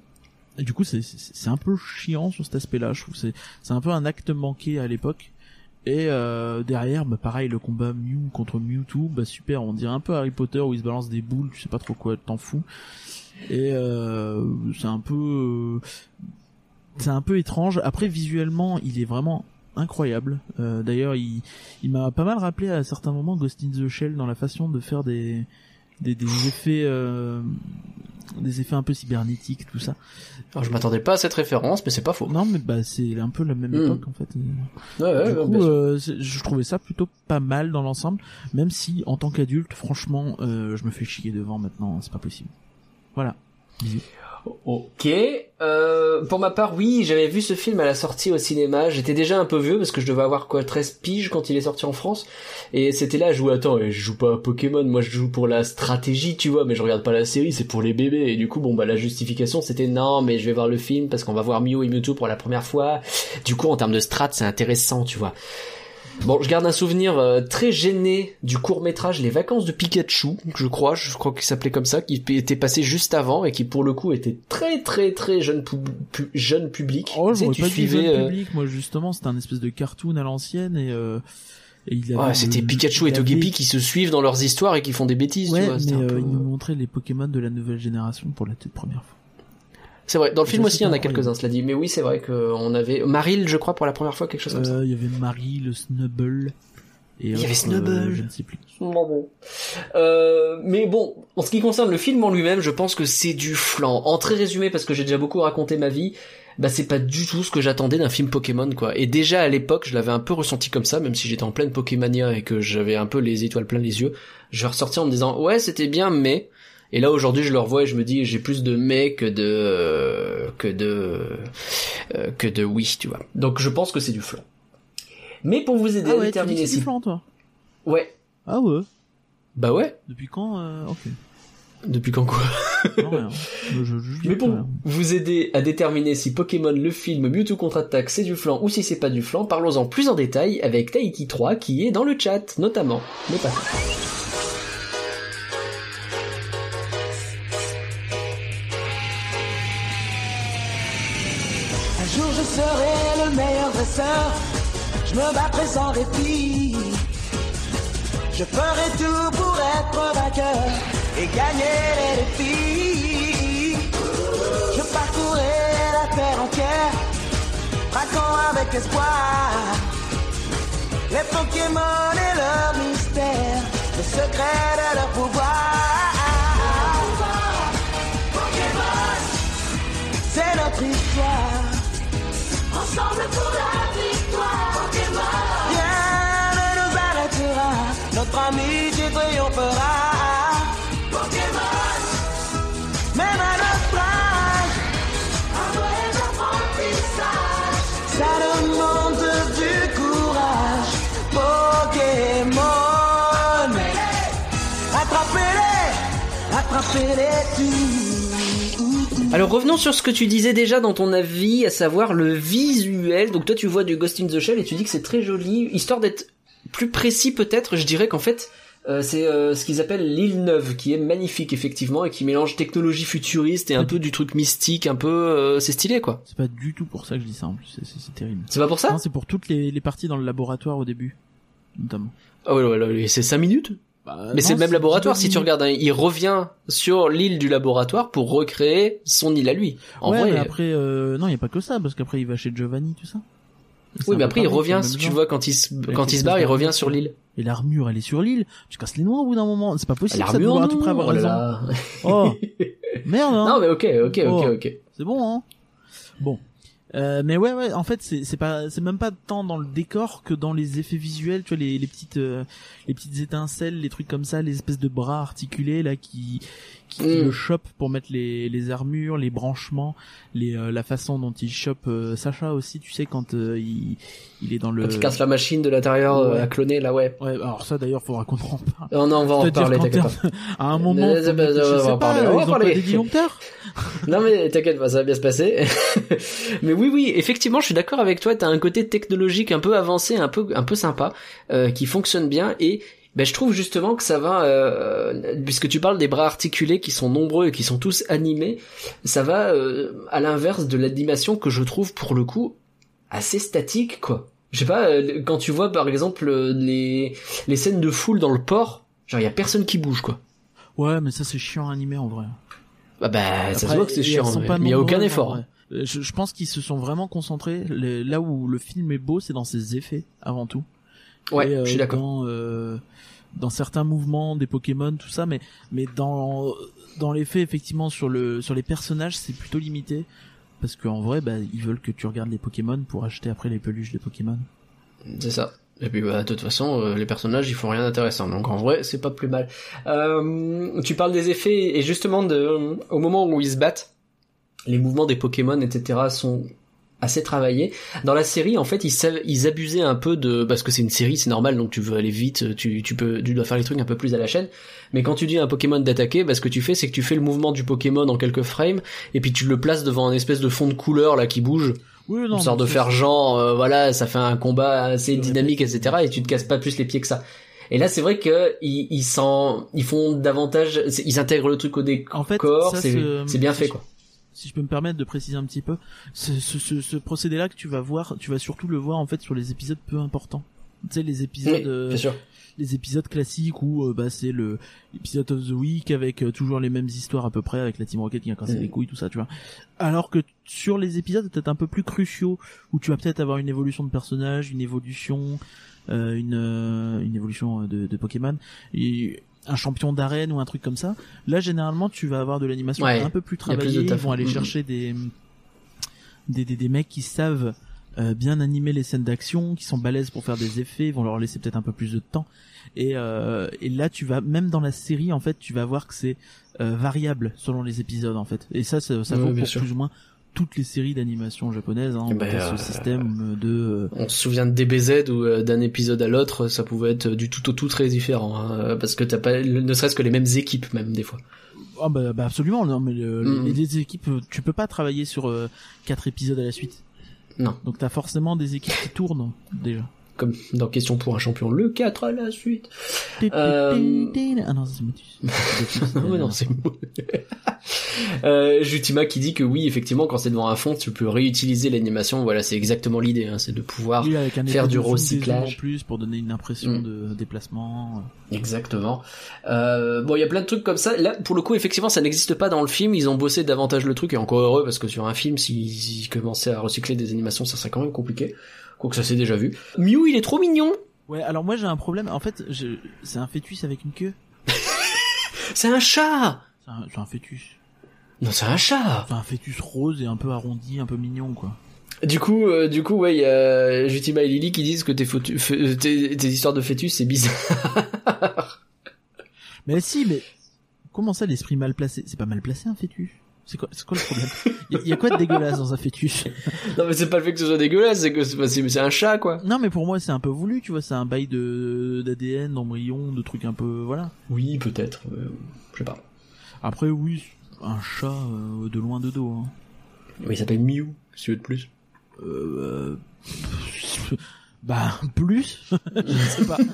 et du coup c'est c'est un peu chiant sur cet aspect-là, je trouve. C'est c'est un peu un acte manqué à l'époque. Et euh, derrière, bah pareil, le combat Mew contre Mewtwo, bah super, on dirait un peu Harry Potter où il se balance des boules, tu sais pas trop quoi, t'en fous. Et euh, c'est un peu, euh, c'est un peu étrange. Après, visuellement, il est vraiment incroyable. Euh, d'ailleurs, il, il m'a pas mal rappelé à certains moments Ghost in the Shell dans la façon de faire des, des, des effets, euh, des effets un peu cybernétiques, tout ça. Alors, je m'attendais pas à cette référence, mais c'est pas faux. Non, mais bah c'est un peu la même mmh. époque en fait. Ouais, ouais, du ouais, coup, euh, je trouvais ça plutôt pas mal dans l'ensemble, même si en tant qu'adulte, franchement, euh, je me fais chier devant maintenant, c'est pas possible. Voilà. Bisous. Ok. Euh, pour ma part, oui, j'avais vu ce film à la sortie au cinéma. J'étais déjà un peu vieux parce que je devais avoir quoi, treize piges quand il est sorti en France. Et c'était là, je jouais, attends, je joue pas à Pokémon, moi je joue pour la stratégie, tu vois, mais je regarde pas la série, c'est pour les bébés. Et du coup, bon, bah, la justification, c'était non, mais je vais voir le film parce qu'on va voir Mew et Mewtwo pour la première fois. Du coup, en termes de strat, c'est intéressant, tu vois. Bon, je garde un souvenir euh, très gêné du court-métrage Les Vacances de Pikachu, je crois, je crois qu'il s'appelait comme ça, qui était passé juste avant et qui pour le coup était très très très jeune pu- pu- jeune public. Oh, j'aurais pas dit jeune euh... public, moi justement, c'était un espèce de cartoon à l'ancienne et euh et il avait ouais, c'était le, Pikachu et Togepi avait... qui se suivent dans leurs histoires et qui font des bêtises, ouais, tu vois, mais un euh, peu... ils nous montraient les Pokémon de la nouvelle génération pour la toute première fois. C'est vrai, dans le et film aussi, il y en a incroyable. quelques-uns, cela dit. Mais oui, c'est vrai qu'on avait Marill, je crois, pour la première fois, quelque chose comme euh, ça. Il y avait Marill, le Snubble. Et il y autre, avait Snubble. Euh, je ne sais plus. Bon, bon. Euh, mais bon, en ce qui concerne le film en lui-même, je pense que c'est du flan. En très résumé, parce que j'ai déjà beaucoup raconté ma vie, bah c'est pas du tout ce que j'attendais d'un film Pokémon, quoi. Et déjà à l'époque, je l'avais un peu ressenti comme ça, même si j'étais en pleine Pokémania et que j'avais un peu les étoiles plein les yeux. Je ressortais en me disant, ouais, c'était bien, mais... Et là aujourd'hui je le revois et je me dis j'ai plus de mais que de euh, que de euh, que de oui, tu vois. Donc je pense que c'est du flan. Mais pour vous aider ah à ouais, déterminer tu dis que c'est si du flan, toi. Ouais. Ah ouais. Bah ouais. Depuis quand euh... OK. Depuis quand quoi? Non, rien. Je, je, je Mais pour rien. vous aider à déterminer si Pokémon le film Mewtwo contre-attaque c'est du flan ou si c'est pas du flan, parlons-en plus en détail avec Tahiti trois qui est dans le chat notamment. Mais pas tout. Un jour je serai le meilleur dresseur, je me battrai sans répit. Je ferai tout pour être vainqueur et gagner les défis. Je parcourrai la terre entière, braquant avec espoir les Pokémon et leur mystère, le secret de leur pouvoir. Pokémon, c'est notre histoire. Ensemble pour la victoire, Pokémon. Rien ne nous arrêtera, notre amitié triomphera. Pokémon, même à notre âge, un vrai apprentissage, ça demande du courage. Pokémon, attrapez-les, attrapez-les tous. Alors revenons sur ce que tu disais déjà dans ton avis, à savoir le visuel. Donc toi tu vois du Ghost in the Shell et tu dis que c'est très joli. Histoire d'être plus précis peut-être, je dirais qu'en fait euh, c'est euh, ce qu'ils appellent l'île Neuve, qui est magnifique effectivement et qui mélange technologie futuriste et un peu du truc mystique, un peu euh, c'est stylé quoi. C'est pas du tout pour ça que je dis ça en plus, c'est, c'est, c'est terrible. C'est pas pour ça? Non, c'est pour toutes les, les parties dans le laboratoire au début, notamment. Ah ouais ouais, ouais, ouais c'est cinq minutes. Bah, mais non, c'est le même c'est laboratoire, si tu minutes. regardes, hein, il revient sur l'île du laboratoire pour recréer son île à lui. En ouais, vrai, mais après, euh, non, il y a pas que ça, parce qu'après il va chez Giovanni, tout ça. C'est oui, mais un peu après il pareil, revient, c'est le si même tu genre. vois, quand il se, Avec quand il les se barre, il espèces revient d'armures, sur l'île. Et l'armure, elle est sur l'île. Tu casses les noix au bout d'un moment. C'est pas possible, ça, de L'armure, vouloir à non, tout près avoir oh là raison. là. Oh. Merde, hein. Non, mais ok, ok, ok, Oh. ok. C'est bon, hein. Bon. Euh, mais ouais, ouais, en fait, c'est, c'est pas, c'est même pas tant dans le décor que dans les effets visuels, tu vois, les, les petites, euh, les petites étincelles, les trucs comme ça, les espèces de bras articulés, là, qui, qui Mm. le chopent pour mettre les, les armures, les branchements, les, euh, la façon dont il chope euh, Sacha aussi, tu sais, quand euh, il, il est dans le... Quand il casse la machine de l'intérieur Ouais. euh, à cloner, là, ouais. Ouais, alors ça, d'ailleurs, faudra qu'on en parle. Non, non, on va en C'est-à-dire reparler, qu'en t'inquiète pas. termes- à un moment, Euh, faut bah, mettre- on je va sais en pas, parler, on va ils en ont pas parler. des disjoncteurs. Non mais t'inquiète pas, ça va bien se passer. Mais oui, oui, effectivement, je suis d'accord avec toi. T'as un côté technologique un peu avancé, un peu, un peu sympa, euh, qui fonctionne bien. Et ben, je trouve justement que ça va, euh, puisque tu parles des bras articulés qui sont nombreux et qui sont tous animés, ça va euh, à l'inverse de l'animation que je trouve pour le coup assez statique, quoi. Je sais pas, euh, quand tu vois par exemple euh, les les scènes de foule dans le port, genre il y a personne qui bouge, quoi. Ouais, mais ça, c'est chiant à animer, en vrai. Ah bah, ça se Après, voit que c'est ils chiant, sont mais pas il y a aucun nombreux, effort. en vrai. Euh, Je, je pense qu'ils se sont vraiment concentrés. le- là où le film est beau, c'est dans ses effets avant tout. Ouais, Et, euh, je suis d'accord. Dans, euh, dans certains mouvements des Pokémon, tout ça, mais mais dans dans les faits, effectivement, sur le sur les personnages, c'est plutôt limité parce qu'en vrai, bah, ils veulent que tu regardes les Pokémon pour acheter après les peluches des Pokémon. C'est ça. Et puis bah, de toute façon, euh, les personnages ils font rien d'intéressant, donc en vrai c'est pas plus mal. Euh, tu parles des effets et justement de, euh, au moment où ils se battent, les mouvements des Pokémon et cetera sont assez travaillés. Dans la série en fait ils, savent, ils abusaient un peu de, parce que c'est une série, c'est normal, donc tu veux aller vite, tu, tu peux, tu dois faire les trucs un peu plus à la chaîne. Mais quand tu dis à un Pokémon d'attaquer, bah, ce que tu fais c'est que tu fais le mouvement du Pokémon en quelques frames et puis tu le places devant un espèce de fond de couleur là qui bouge. Oui, non. Histoire de mais faire genre, euh, voilà, ça fait un combat assez Le dynamique, et répète. cetera. Et tu te casses pas plus les pieds que ça. Et là, c'est vrai que ils, ils s'en, ils font davantage, c'est- ils intègrent le truc au décor. En fait, ça, c'est, ce- c'est bien fait, quoi. Si je peux me permettre de préciser un petit peu, ce, ce, ce, ce procédé-là que tu vas voir, tu vas surtout le voir en fait sur les épisodes peu importants. Tu sais, les épisodes, Oui, euh, bien sûr. les épisodes classiques où euh, bah c'est le épisode of the week avec euh, toujours les mêmes histoires à peu près, avec la Team Rocket qui a cassé Mm. les couilles, tout ça, tu vois. Alors que sur les épisodes peut-être un peu plus cruciaux où tu vas peut-être avoir une évolution de personnage, une évolution, euh, une euh, une évolution de, de Pokémon, et un champion d'arène ou un truc comme ça. Là, généralement, tu vas avoir de l'animation Ouais, un peu plus y a plus travaillée. de Ils taf. vont aller Mhm. chercher des, des des des mecs qui savent euh, bien animer les scènes d'action, qui sont balèzes pour faire des effets. Ils vont leur laisser peut-être un peu plus de temps. Et euh, et là, tu vas même dans la série, en fait, tu vas voir que c'est euh, variable selon les épisodes, en fait. Et ça, ça, ça Ouais, vaut bien pour sûr. plus ou moins toutes les séries d'animation japonaises. Hein, Eh on ben, a ce euh, système de euh, On se souvient de D B Z où euh, d'un épisode à l'autre, ça pouvait être du tout au tout très différent, hein, parce que t'as pas, ne serait-ce que les mêmes équipes même des fois. ah bah, bah absolument. Non, mais le- Mhm. les, les équipes, euh, tu peux pas travailler sur euh, quatre épisodes à la suite. Non. Donc t'as forcément des équipes qui tournent déjà. Comme dans Question pour un champion, le quatre à la suite. Euh, Ah non, c'est Motus. Ouais, non, c'est euh, Jutima qui dit que oui, effectivement, quand c'est devant un fond, tu peux réutiliser l'animation. Voilà, c'est exactement l'idée, hein, c'est de pouvoir Oui, avec un faire effet du de zoom, recyclage. des zooms en plus pour donner une impression Mm. de déplacement. Exactement. Euh, bon, il y a plein de trucs comme ça. Là, pour le coup, effectivement, ça n'existe pas dans le film. Ils ont bossé davantage le truc, et encore heureux, parce que sur un film, s'ils s'ils commençaient à recycler des animations, ça serait quand même compliqué. Quoique ça s'est déjà vu. Mew, il est trop mignon. Ouais, alors moi j'ai un problème. En fait, je... c'est un fœtus avec une queue. C'est un chat. C'est un... c'est un fœtus. Non, c'est un chat. C'est un fœtus rose et un peu arrondi, un peu mignon, quoi. Du coup, euh, du coup, ouais, il y a Jutima et Lily qui disent que tes, fœtus, fœ- tes, tes histoires de fœtus, c'est bizarre. Mais si, mais comment ça l'esprit mal placé? C'est pas mal placé un fœtus. C'est quoi, c'est quoi le problème? Il y, a- y a quoi de dégueulasse dans un fœtus? Non, mais c'est pas le fait que ce soit dégueulasse, c'est que c'est, c'est, c'est un chat, quoi. Non, mais pour moi c'est un peu voulu, tu vois. C'est un bail de d'A D N, d'embryon, de trucs un peu, voilà. Oui, peut-être. Euh, je sais pas. Après, oui, un chat euh, de loin de dos. Hein. Mais il s'appelle Mew, si tu veux de plus. Euh, euh, bah plus, je sais pas.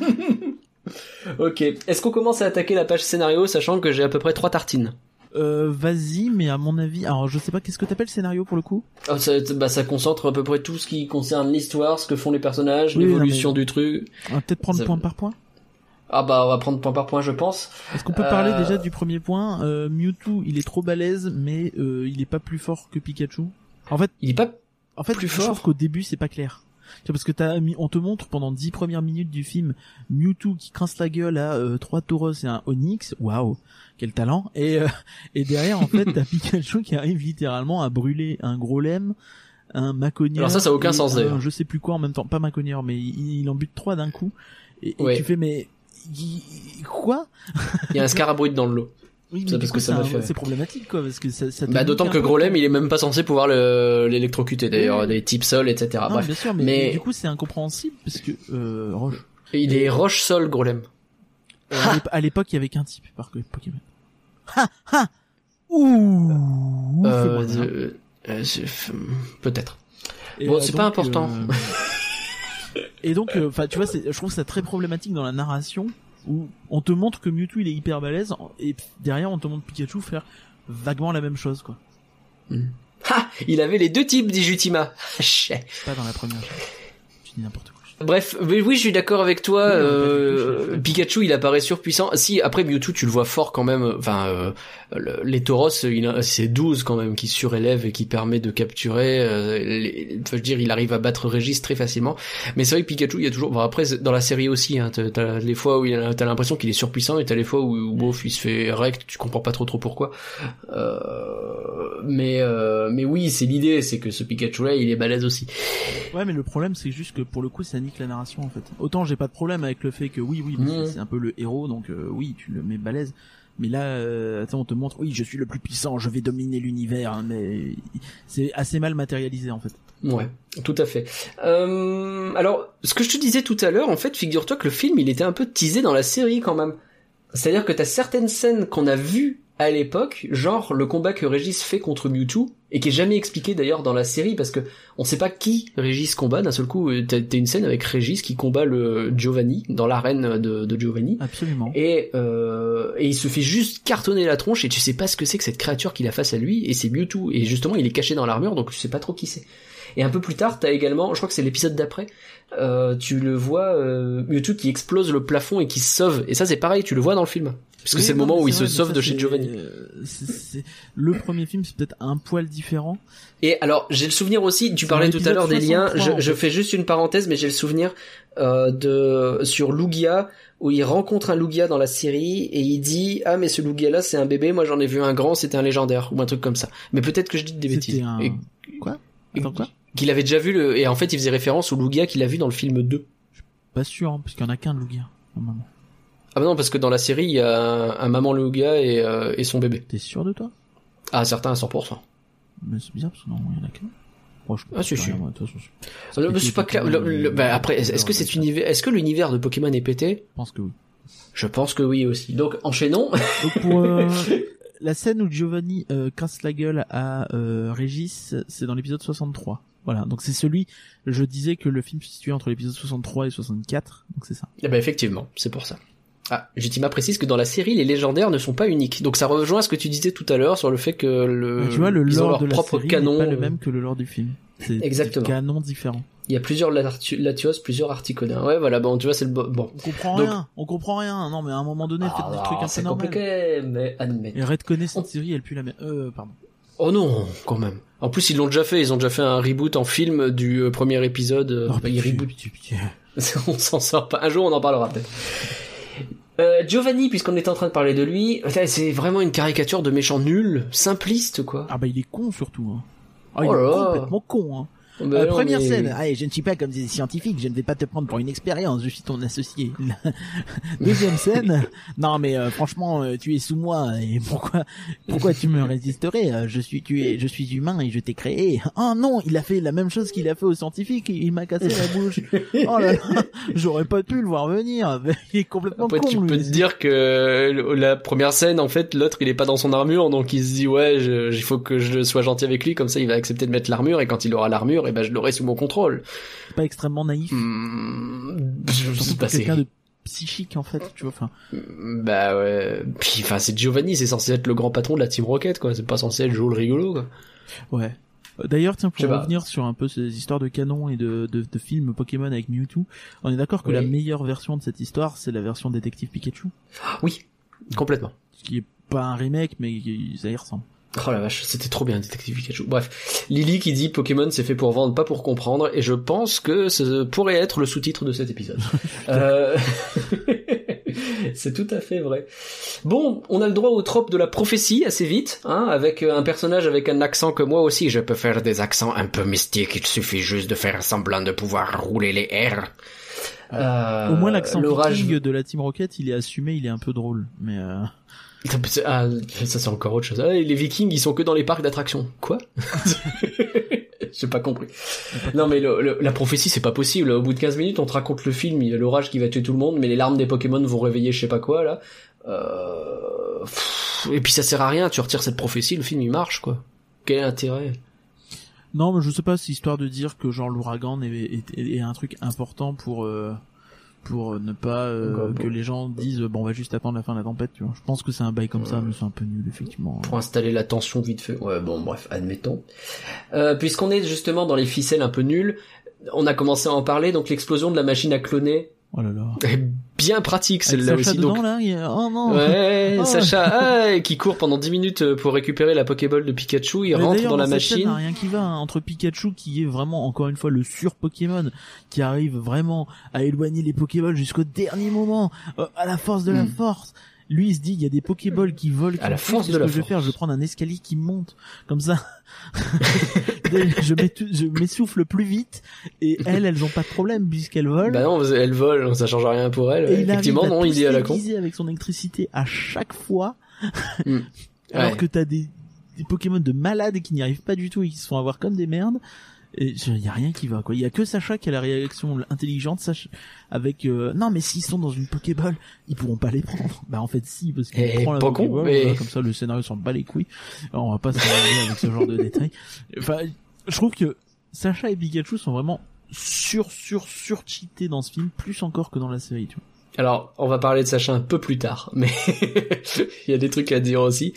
Ok. Est-ce qu'on commence à attaquer la page scénario, sachant que j'ai à peu près trois tartines? Euh, vas-y, mais à mon avis, alors je sais pas, qu'est-ce que t'appelles scénario pour le coup? Oh, ça, bah, ça concentre à peu près tout ce qui concerne l'histoire, ce que font les personnages, Oui, l'évolution non, mais- du truc. On va peut-être prendre Ça- point par point. Ah bah, on va prendre point par point, je pense. Est-ce qu'on peut parler Euh, déjà du premier point? euh, Mewtwo, il est trop balèze, mais euh, il est pas plus fort que Pikachu. En fait, Il est pas... en fait, Plus je fort trouve qu'au début c'est pas clair. Tu vois, parce que t'as mis, on te montre pendant dix premières minutes du film Mewtwo qui crince la gueule à euh, trois Tauros et un Onix. Waouh, quel talent. Et euh, et derrière en fait t'as Pikachu qui arrive littéralement à brûler un gros lemme, un maconnière. Alors ça, ça a aucun et sens, un d'ailleurs. Je sais plus quoi en même temps, pas maconnière, mais il, il en bute trois d'un coup. Et, et Ouais. tu fais, mais il- quoi? Il y a un scarabouide dans le lot. Oui, Ça, mais parce du que coup, ça c'est m'a un- fait- c'est problématique, quoi, parce que ça, ça te Bah, nique d'autant un que peu Grolem, ton- il est même pas censé pouvoir le, l'électrocuter, d'ailleurs, Oui. des types sol, et cetera. Non, Bref. bien sûr, mais, Mais- mais du coup, c'est incompréhensible, parce que, euh, Roche. Il est roche-sol, Grolem. Euh, à l'ép- à l'époque, il y avait qu'un type, par contre, Pokémon. Ha! Ha! Ouh! Euh, fais-moi bien. euh, euh, c'est- peut-être. Et, bon, euh, c'est pas donc, important. euh, Et donc, enfin, tu vois, c'est, je trouve ça très problématique dans la narration, où on te montre que Mewtwo, il est hyper balèze, et derrière, on te montre Pikachu faire vaguement la même chose, quoi. Ha! Il avait les deux types, dit Jutima. Chais. Pas dans la première. Je dis n'importe quoi. Bref, mais oui, je suis d'accord avec toi. Oui, on l'a euh, pas vu, je- Pikachu, il apparaît surpuissant. Si, après Mewtwo, tu le vois fort quand même. Enfin, euh, le- les Tauros, il a- c'est douze quand même qui surélève et qui permet de capturer. Euh, les, enfin, je veux dire, il arrive à battre Régis très facilement. Mais c'est vrai que Pikachu, il y a toujours. Bon, après, c'est- dans la série aussi, hein, t'as, t'as les fois où il a, t'as l'impression qu'il est surpuissant et t'as les fois où, où bof, il se fait rect. Tu comprends pas trop trop pourquoi. Euh, mais euh, mais oui, c'est l'idée, c'est que ce Pikachu-là, il est balèze aussi. Ouais, mais le problème, c'est juste que pour le coup, ça nique la narration, en fait. Autant j'ai pas de problème avec le fait que oui, oui, Mmh. c'est un peu le héros, donc euh, oui, tu le mets balèze. Mais là, euh, attends, on te montre, oui, je suis le plus puissant, je vais dominer l'univers, hein, mais c'est assez mal matérialisé, en fait. Ouais, tout à fait. Euh, alors, ce que je te disais tout à l'heure, en fait, figure-toi que le film, il était un peu teasé dans la série quand même. C'est-à-dire que t'as certaines scènes qu'on a vues à l'époque, genre le combat que Régis fait contre Mewtwo, et qui est jamais expliqué d'ailleurs dans la série, parce que on sait pas qui Régis combat. D'un seul coup, t'as, t'as une scène avec Régis qui combat le Giovanni dans l'arène de, de Giovanni. Absolument. Et, euh, et il se fait juste cartonner la tronche et tu sais pas ce que c'est que cette créature qu'il a face à lui, et c'est Mewtwo. Et justement, il est caché dans l'armure, donc tu sais pas trop qui c'est. Et un peu plus tard, t'as également, je crois que c'est l'épisode d'après, euh, tu le vois, euh, Mewtwo qui explose le plafond et qui se sauve. Et ça, c'est pareil, tu le vois dans le film. Parce que Oui, c'est le non, moment mais où il c'est se vrai, mais sauve ça, de chez c'est- Giovanni. euh, c'est- c'est- Le premier film, c'est peut-être un poil différent. Et alors, j'ai le souvenir aussi, tu C'est parlais dans tout à l'heure des l'épisode liens, soixante-trois, je, en je fait. fais juste une parenthèse, mais j'ai le souvenir euh, de sur Lugia, où il rencontre un Lugia dans la série, et il dit « Ah, mais ce Lugia-là, c'est un bébé, moi j'en ai vu un grand, c'était un légendaire », ou un truc comme ça. Mais peut-être que je dis des bêtises. C'était un... Et- Quoi? et- Attends, quoi? Qu'il avait déjà vu, le... et en fait il faisait référence au Lugia qu'il a vu dans le film deux. Pas sûr, hein, parce qu'il y en a qu'un de Lugia, normalement. Ah bah non, parce que dans la série, il y a un, un maman Lugia et, euh, et son bébé. T'es sûr de toi? Ah, certains à cent pour cent. Mais c'est bizarre, parce que non, il y en a qu'un. Moi, je Ah, si, sais si. rien, moi, de toute façon, je- Euh, mais c'est pas clair. Le- le- bah, après, est-ce que cet univers, est-ce que l'univers de Pokémon est pété? Je pense que oui. Je pense que oui aussi. Donc, enchaînons. Donc pour euh, la scène où Giovanni euh, casse la gueule à euh, Régis, c'est dans l'épisode soixante-trois. Voilà, donc c'est celui, je disais que le film se situait entre l'épisode soixante-trois et soixante-quatre, donc c'est ça. Eh ben effectivement, c'est pour ça. Ah, Jutima précise que dans la série, les légendaires ne sont pas uniques. Donc ça rejoint ce que tu disais tout à l'heure sur le fait que le, Mais tu vois, le ils ont lore leur de la propre série canon. n'est pas le même que le lore du film. C'est Exactement. des canons différents. Il y a plusieurs Latu- Latios, plusieurs Articonins. Ouais, voilà, bon, tu vois, c'est le bo- bon. On comprend Donc- rien, on comprend rien. Non, mais à un moment donné, faites des Ah, trucs un peu c'est normaux. compliqué, mais admettez. Et redconner cette On- série, elle pue la merde. Euh, pardon. Oh non, quand même. En plus, ils l'ont déjà fait. Ils ont déjà fait un reboot en film du euh, premier épisode. Euh, Oh, bah, ils pitié, rebootent. pitié, pitié. On s'en sort pas. Un jour, on en parlera peut-être. Euh, Giovanni, puisqu'on est en train de parler de lui, c'est vraiment une caricature de méchant nul, simpliste, quoi. Ah bah il est con surtout. Hein. Ah, Oh il est là là. complètement con. Hein. Bah Euh, non, première mais- scène. Allez, je ne suis pas comme des scientifiques, je ne vais pas te prendre pour une expérience, je suis ton associé. Deuxième scène. Non mais euh, franchement, euh, tu es sous moi et pourquoi pourquoi tu me résisterais? Euh, Je suis tu es je suis humain et je t'ai créé. Oh non, il a fait la même chose qu'il a fait aux scientifiques, il m'a cassé la bouche. Oh là là, j'aurais pas pu le voir venir. Il est complètement Après, con tu lui. peux te dire que le- la première scène, en fait, l'autre, il est pas dans son armure, donc il se dit, ouais, je- il faut que je sois gentil avec lui, comme ça, il va accepter de mettre l'armure, et quand il aura l'armure, et ben, je l'aurai sous mon contrôle. C'est pas extrêmement naïf. Hmm, Surtout bah, pour quelqu'un c'est- de psychique en fait, tu vois. Enfin, Bah ouais. Puis, enfin, c'est Giovanni, c'est censé être le grand patron de la Team Rocket, quoi. C'est pas censé être Joe le rigolo, quoi. ouais. Euh, D'ailleurs, tiens, Je sais pour pas. revenir sur un peu ces histoires de canon et de, de, de films Pokémon avec Mewtwo, on est d'accord que Oui. la meilleure version de cette histoire, c'est la version Détective Pikachu, Oui. Complètement. ce qui est pas un remake, mais qui- ça y ressemble. Oh la vache, c'était trop bien, Détective Pikachu. Bref, Lily qui dit Pokémon c'est fait pour vendre, pas pour comprendre, et je pense que ce pourrait être le sous-titre de cet épisode. euh... C'est tout à fait vrai. Bon, on a le droit au trope de la prophétie assez vite, hein, avec un personnage avec un accent que moi aussi je peux faire des accents un peu mystiques, il suffit juste de faire semblant de pouvoir rouler les R. Euh, Au moins l'accent l'orage... viking de la Team Rocket, il est assumé, il est un peu drôle, mais euh... Ah, ça c'est encore autre chose. Ah, les Vikings, ils sont que dans les parcs d'attractions. Quoi? J'ai pas compris. Non mais le, le, la prophétie c'est pas possible. Au bout de quinze minutes on te raconte le film, il y a l'orage qui va tuer tout le monde, mais les larmes des Pokémon vont réveiller je sais pas quoi là. Euh... Et puis ça sert à rien, tu retires cette prophétie, le film il marche quoi. Quel intérêt? Non mais je sais pas, c'est histoire de dire que genre l'ouragan est, est, est, est un truc important pour... Euh... pour ne pas euh, okay, que bon. les gens disent bon on va juste attendre la fin de la tempête, tu vois. Je pense que c'est un bail comme ouais. ça, mais c'est un peu nul effectivement. Pour installer la tension vite fait. Ouais bon bref, admettons. Euh, puisqu'on est justement dans les ficelles un peu nulles, on a commencé à en parler, donc l'explosion de la machine à cloner. Oh là là. Bien pratique celle-là aussi. Dedans, donc. Là, il y a... Oh non. Ouais, oh. Sacha ah, qui court pendant dix minutes pour récupérer la Pokéball de Pikachu, il mais rentre dans la dans machine. Il n'y a rien qui va hein, entre Pikachu qui est vraiment encore une fois le sur Pokémon qui arrive vraiment à éloigner les Pokéballs jusqu'au dernier moment euh, à la force de mm. la force. Lui il se dit il y a des Pokéballs qui volent qui à la force de la force. Ce que je vais faire, je vais prendre un escalier qui monte comme ça. je, je m'essouffle plus vite et elles elles ont pas de problème puisqu'elles volent. Bah non, elles volent, ça change rien pour elles. Et effectivement non, il est à la con. Avec son électricité à chaque fois. mm. Alors ouais. que t'as des des Pokémon de malades qui n'y arrivent pas du tout et qui se font avoir comme des merdes. Et il y a rien qui va quoi. Il y a que Sacha qui a la réaction intelligente Sacha avec euh, non mais s'ils sont dans une Pokéball, ils pourront pas les prendre. Bah en fait si parce qu'ils prennent la Pokéball mais... voilà, comme ça le scénario s'en bat les couilles. Alors, on va pas s'énerver avec ce genre de détails. Enfin, je trouve que Sacha et Pikachu sont vraiment sur sur sur cheatés dans ce film plus encore que dans la série, tu vois. Alors, on va parler de Sacha un peu plus tard, mais il y a des trucs à dire aussi.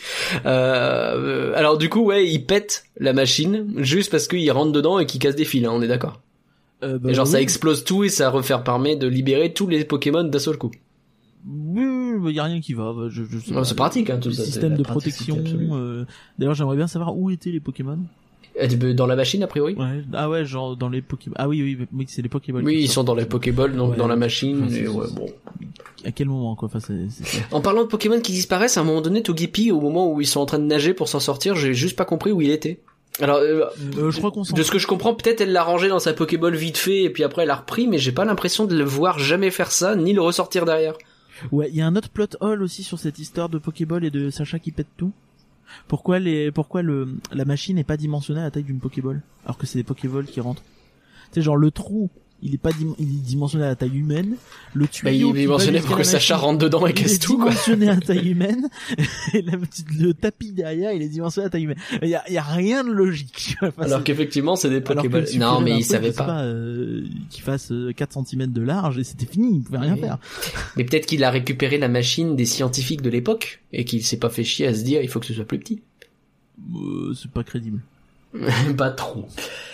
Euh, alors du coup, ouais, il pète la machine juste parce qu'il rentre dedans et qu'il casse des fils, hein, on est d'accord. Euh, bah, et genre oui. Ça explose tout et ça refaire permet de libérer tous les Pokémon d'un seul coup. Oui, il y a rien qui va. Je, je sais non, pas, c'est pratique, hein, tout le ça. Système de protection. Euh... D'ailleurs, j'aimerais bien savoir où étaient les Pokémon. Dans la machine, a priori. Ouais. Ah ouais, genre dans les Pokéballs. Ah oui, oui, oui, c'est les Pokéballs. Oui, ils sont dans les Pokéballs, donc ouais, dans la machine. Enfin, et ouais, bon. À quel moment, quoi? Enfin, c'est, c'est... En parlant de Pokémon qui disparaissent, à un moment donné, Togepi, au moment où ils sont en train de nager pour s'en sortir, j'ai juste pas compris où il était. Alors, euh, euh, je crois qu'on s'en... de ce que je comprends, peut-être elle l'a rangé dans sa Pokéball vite fait, et puis après elle l'a repris, mais j'ai pas l'impression de le voir jamais faire ça, ni le ressortir derrière. Ouais, il y a un autre plot hole aussi sur cette histoire de Pokéball et de Sacha qui pète tout. Pourquoi les, pourquoi le, la machine n'est pas dimensionnée à la taille d'une Pokéball, alors que c'est des Pokéballs qui rentrent. Tu sais, genre le trou, il est pas dim- il est dimensionné à la taille humaine. Le tuyau, bah, il est dimensionné pour que Sacha rentre dedans et casse tout, quoi. Il est dimensionné à taille humaine. Et la, le tapis derrière, il est dimensionné à taille humaine. Il y a, il y a rien de logique. Enfin, alors c'est... qu'effectivement, c'est des Pokéballs. Non, mais il savait pas. pas euh, qu'il fasse quatre centimètres de large et c'était fini, il pouvait rien oui. faire. Mais peut-être qu'il a récupéré la machine des scientifiques de l'époque et qu'il s'est pas fait chier à se dire il faut que ce soit plus petit. Euh, c'est pas crédible. Pas trop.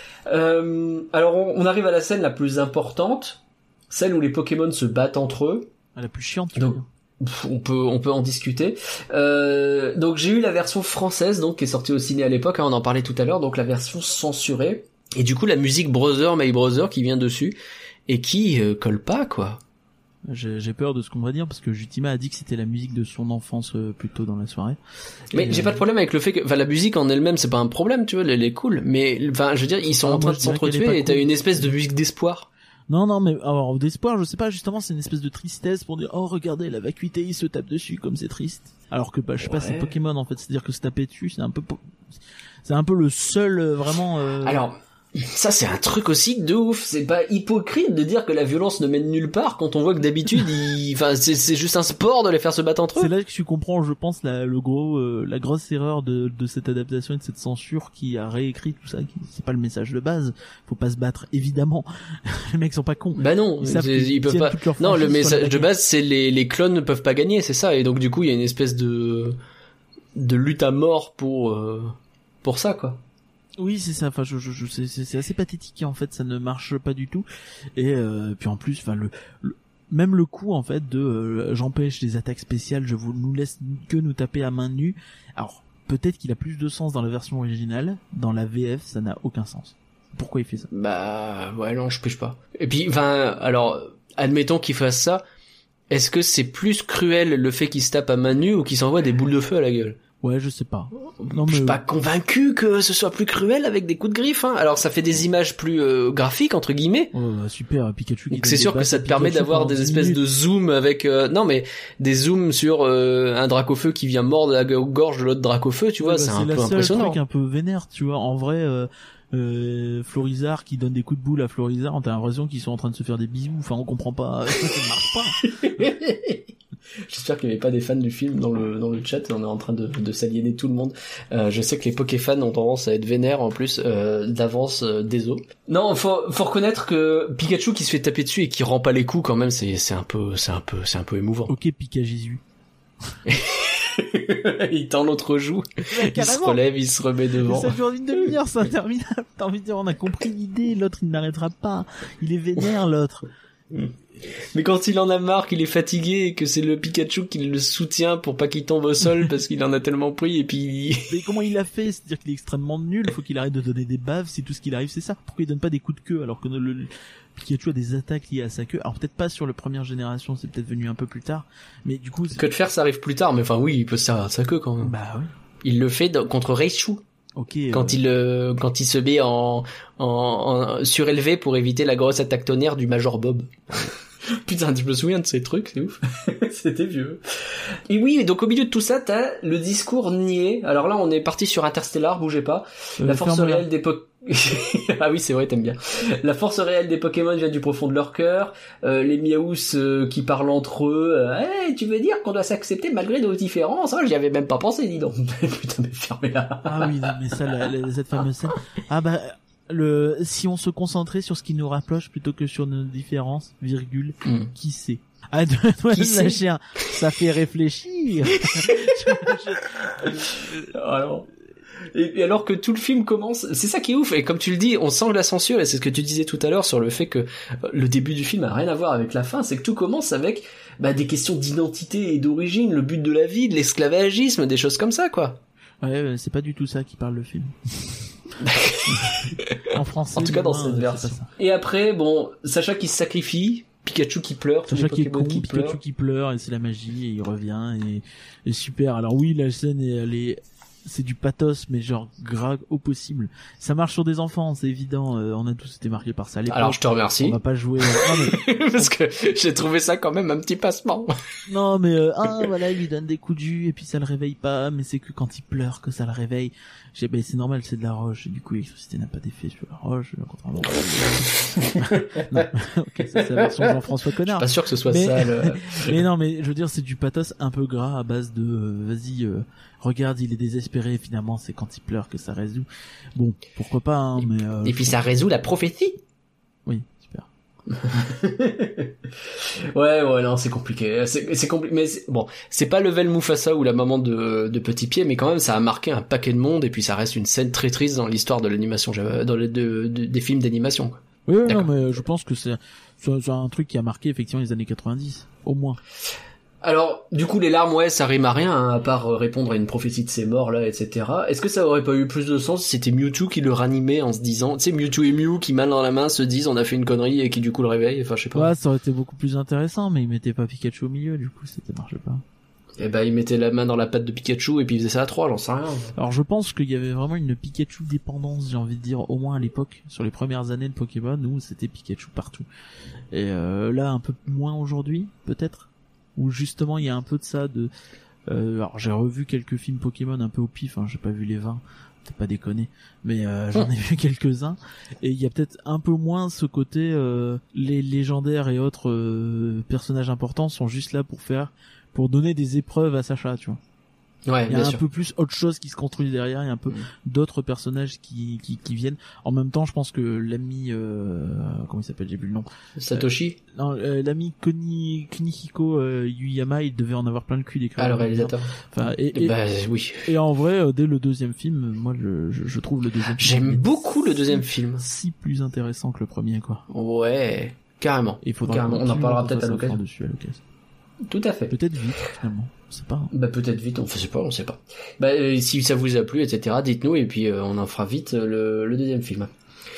Euh, alors on, on arrive à la scène la plus importante, celle où les Pokémon se battent entre eux. La plus chiante. Donc pff, on peut on peut en discuter. Euh, donc j'ai eu la version française donc qui est sortie au ciné à l'époque, hein, on en parlait tout à l'heure, donc la version censurée. Et du coup la musique Brother My Brother qui vient dessus et qui euh, colle pas quoi. J'ai, j'ai peur de ce qu'on va dire parce que Jutima a dit que c'était la musique de son enfance euh, plutôt dans la soirée. Mais et j'ai euh... pas de problème avec le fait que, enfin, la musique en elle-même c'est pas un problème, tu vois, elle est cool. Mais, enfin, je veux dire, ils sont ah, en train de s'entretuer et t'as cool. Une espèce de musique d'espoir. Non, non, mais alors d'espoir, je sais pas, justement, c'est une espèce de tristesse pour dire, oh regardez, la vacuité, il se tape dessus, comme c'est triste. Alors que, bah, je sais ouais. pas, c'est Pokémon en fait, c'est-à-dire que se taper dessus, c'est un peu, c'est un peu le seul euh, vraiment. Euh... Alors. Ça c'est un truc aussi de ouf, c'est pas hypocrite de dire que la violence ne mène nulle part quand on voit que d'habitude il... enfin c'est c'est juste un sport de les faire se battre entre eux. C'est là que tu comprends, je pense, la le gros euh, la grosse erreur de de cette adaptation et de cette censure qui a réécrit tout ça, qui... c'est pas le message de base, faut pas se battre évidemment. Les mecs sont pas cons. Bah non, ils, ils peuvent pas. Non, le message de base c'est les les clones ne peuvent pas gagner, c'est ça, et donc du coup il y a une espèce de de lutte à mort pour euh... pour ça quoi. Oui, c'est ça. Enfin, je, je, je c'est, c'est assez pathétique. En fait, ça ne marche pas du tout. Et euh, puis en plus, enfin, le, le même le coup en fait de euh, j'empêche les attaques spéciales, je vous nous laisse que nous taper à main nue. Alors peut-être qu'il a plus de sens dans la version originale. Dans la V F, ça n'a aucun sens. Pourquoi il fait ça? Bah ouais, non, je pêche pas. Et puis, enfin, alors, admettons qu'il fasse ça. est-ce que c'est plus cruel le fait qu'il se tape à main nue ou qu'il s'envoie des boules de feu à la gueule? Ouais, je sais pas. Non, mais... Je suis pas convaincu que ce soit plus cruel avec des coups de griffe, hein. Alors ça fait des images plus euh, graphiques entre guillemets. Oh, super, Pikachu. Donc c'est sûr que ça te permet d'avoir des espèces de zooms avec euh, non mais des zooms sur euh, un Dracofeu qui vient mordre la gorge de l'autre Dracofeu, tu vois, ouais, bah, c'est, c'est un peu impressionnant. C'est un truc un peu vénère, tu vois. En vrai, euh, euh, Florizard qui donne des coups de boule à Florizard, on a l'impression qu'ils sont en train de se faire des bisous. Enfin, on comprend pas, ça ne marche pas. J'espère qu'il n'y avait pas des fans du film dans le dans le chat. On est en train de, de s'aliéner tout le monde. Euh, je sais que les Pokéfans ont tendance à être vénères en plus euh, d'avance euh, des os. Non, faut faut reconnaître que Pikachu qui se fait taper dessus et qui rend pas les coups quand même, c'est c'est un peu c'est un peu c'est un peu émouvant. Ok, Pika Jésus. Il tend l'autre joue, ouais, il se relève, il se remet devant. Ça dure une demi-heure, c'est interminable. T'as envie de dire, on a compris l'idée, l'autre il n'arrêtera pas. Il est vénère l'autre. Mais quand il en a marre, qu'il est fatigué et que c'est le Pikachu qui le soutient pour pas qu'il tombe au sol parce qu'il en a tellement pris et puis... Mais comment il a fait? C'est-à-dire qu'il est extrêmement nul, il faut qu'il arrête de donner des baves, si tout ce qu'il arrive c'est ça. Pourquoi il donne pas des coups de queue alors que le, le Pikachu a des attaques liées à sa queue? Alors peut-être pas sur la première génération, c'est peut-être venu un peu plus tard, mais du coup... Que de faire ça arrive plus tard, mais enfin oui, il peut se servir de sa queue quand même. Bah oui. Il le fait dans, contre Raichu. Okay, quand euh... il euh, quand il se met en, en, en surélevé pour éviter la grosse attaque tonnerre du Major Bob. Putain, je me souviens de ces trucs, c'est ouf. C'était vieux. Et oui, et donc au milieu de tout ça, t'as le discours niais. Alors là, on est parti sur Interstellar, bougez pas. Euh, la force réelle des po... ah oui, c'est vrai, t'aimes bien. La force réelle des Pokémon vient du profond de leur cœur. Euh, les Miaous euh, qui parlent entre eux. Euh, hey, tu veux dire qu'on doit s'accepter malgré nos différences? Ah, j'y avais même pas pensé, dis donc. Putain, mais fermez-la. Ah oui, non, mais ça, la, la, cette fameuse scène. Ah bah... Le, si on se concentrait sur ce qui nous rapproche plutôt que sur nos différences, virgule, mm. qui sait? Ah, de, de, de lâcher un, ça fait réfléchir. alors, et, et alors que tout le film commence, c'est ça qui est ouf, et comme tu le dis, on sent la censure, et c'est ce que tu disais tout à l'heure sur le fait que le début du film a rien à voir avec la fin, c'est que tout commence avec, bah, des questions d'identité et d'origine, le but de la vie, de l'esclavagisme, des choses comme ça, quoi. Ouais, c'est pas du tout ça qui parle le film. En français, en tout cas dans cette version. Et après, bon, Sacha qui se sacrifie, Pikachu qui pleure, Sacha qui est con, qui Pikachu pleure. qui pleure, et c'est la magie, et il revient, et, et super. Alors oui, la scène, elle est, c'est du pathos, mais genre grave au possible. Ça marche sur des enfants, c'est évident. Euh, on a tous été marqués par ça. Alors je te remercie. On va pas jouer. Non, mais... Parce que j'ai trouvé ça quand même un petit passement. Non, mais euh, ah voilà, il lui donne des coups de jus et puis ça le réveille pas. Mais c'est que quand il pleure que ça le réveille. J'ai, ben c'est normal, c'est de la roche. Et du coup, l'électricité n'a pas d'effet sur la roche, contrairement. Non, ok, ça, c'est la version de Jean-François Connard. Je suis pas sûr que ce soit mais... ça. Le... mais non, mais je veux dire, c'est du pathos un peu gras à base de euh, vas-y. Euh, regarde, il est désespéré, finalement c'est quand il pleure que ça résout. Bon, pourquoi pas, hein, mais... Euh, et puis ça résout la prophétie. Oui, super. ouais, ouais, non, c'est compliqué. C'est, c'est compliqué, mais c'est, bon, c'est pas level Mufasa ou la maman de, de Petit Pied, mais quand même ça a marqué un paquet de monde, et puis ça reste une scène très triste dans l'histoire de l'animation, dans les de, de, des films d'animation, quoi. Oui, ouais, non, mais je pense que c'est, c'est, c'est un truc qui a marqué effectivement les années quatre-vingt-dix, au moins. Alors, du coup, les larmes, ouais, ça rime à rien, hein, à part répondre à une prophétie de ses morts, là, et cetera. Est-ce que ça aurait pas eu plus de sens si c'était Mewtwo qui le ranimait en se disant, tu sais, Mewtwo et Mew qui, main dans la main, se disent, on a fait une connerie, et qui, du coup, le réveille, enfin, je sais pas. Ouais, ça aurait été beaucoup plus intéressant, mais il mettait pas Pikachu au milieu, du coup, ça marchait pas. Eh ben, il mettait la main dans la patte de Pikachu, et puis il faisait ça à trois, j'en sais rien. Alors, je pense qu'il y avait vraiment une Pikachu dépendance, j'ai envie de dire, au moins à l'époque, sur les premières années de Pokémon, où c'était Pikachu partout. Et euh, là, un peu moins aujourd'hui, peut-être, où justement il y a un peu de ça de euh, alors j'ai revu quelques films Pokémon un peu au pif, hein, j'ai pas vu les vingt, t'es pas déconné, mais euh, j'en ai vu quelques-uns, et il y a peut-être un peu moins ce côté euh, les légendaires et autres euh, personnages importants sont juste là pour faire pour donner des épreuves à Sacha, tu vois. Ouais, il y a un sûr. peu plus autre chose qui se construit derrière, il y a un peu mmh. d'autres personnages qui, qui qui viennent. En même temps, je pense que l'ami euh, comment il s'appelle, j'ai plus le nom. Satoshi. Euh, non, euh, l'ami Koni Kunihiko euh, Yuyama, il devait en avoir plein le cul d'écrire. Ah, le réalisateur. Enfin, et, et bah oui. Et en vrai, euh, dès le deuxième film, moi je je, je trouve le deuxième. J'aime beaucoup le deuxième film. Si plus intéressant que le premier, quoi. Ouais, carrément. Il faudra. Carrément. On en parlera peut-être à l'occasion. Dessus à l'occasion. Tout à fait. Peut-être vite, finalement. On sait pas. Hein. Bah peut-être vite, on sait pas, on sait pas. Bah euh, si ça vous a plu, et cetera, dites-nous et puis euh, on en fera vite euh, le, le deuxième film.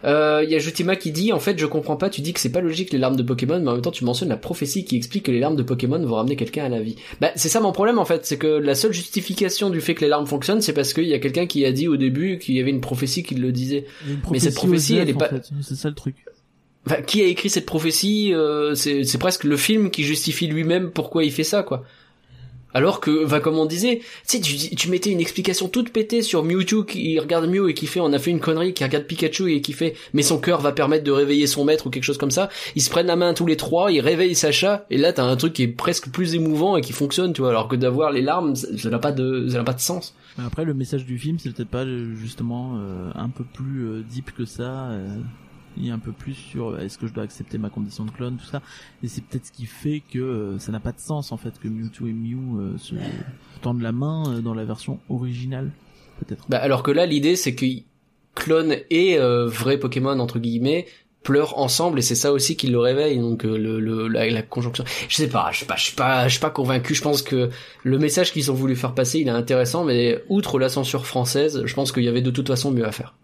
Euh, il y a Jutima qui dit, en fait, je comprends pas, tu dis que c'est pas logique les larmes de Pokémon, mais en même temps, tu mentionnes la prophétie qui explique que les larmes de Pokémon vont ramener quelqu'un à la vie. Bah, c'est ça mon problème, en fait, c'est que la seule justification du fait que les larmes fonctionnent, c'est parce qu'il y a quelqu'un qui a dit au début qu'il y avait une prophétie qui le disait. Mais cette prophétie, elle est pas... Fait. C'est ça le truc. Enfin, qui a écrit cette prophétie, euh, c'est, c'est presque le film qui justifie lui-même pourquoi il fait ça, quoi. Alors que, enfin, comme on disait, tu sais, tu, tu mettais une explication toute pétée sur Mewtwo qui regarde Mew et qui fait, on a fait une connerie, qui regarde Pikachu et qui fait, mais son cœur va permettre de réveiller son maître ou quelque chose comme ça. Ils se prennent la main tous les trois, ils réveillent Sacha, et là t'as un truc qui est presque plus émouvant et qui fonctionne, tu vois, alors que d'avoir les larmes, ça n'a pas de, ça n'a pas de sens. Après, le message du film, c'est peut-être pas, justement, euh, un peu plus euh, deep que ça, euh... il y a un peu plus sur est-ce que je dois accepter ma condition de clone, tout ça, et c'est peut-être ce qui fait que euh, ça n'a pas de sens en fait que Mewtwo et Mew euh, se tendent la main euh, dans la version originale, peut-être. Bah alors que là l'idée c'est que clone et euh, vrai Pokémon entre guillemets pleurent ensemble et c'est ça aussi qui le réveille, donc euh, le, le la, la conjonction. Je sais pas, je sais pas, je suis pas, je suis pas convaincu. Je pense que le message qu'ils ont voulu faire passer, il est intéressant, mais outre la censure française, je pense qu'il y avait de toute façon mieux à faire.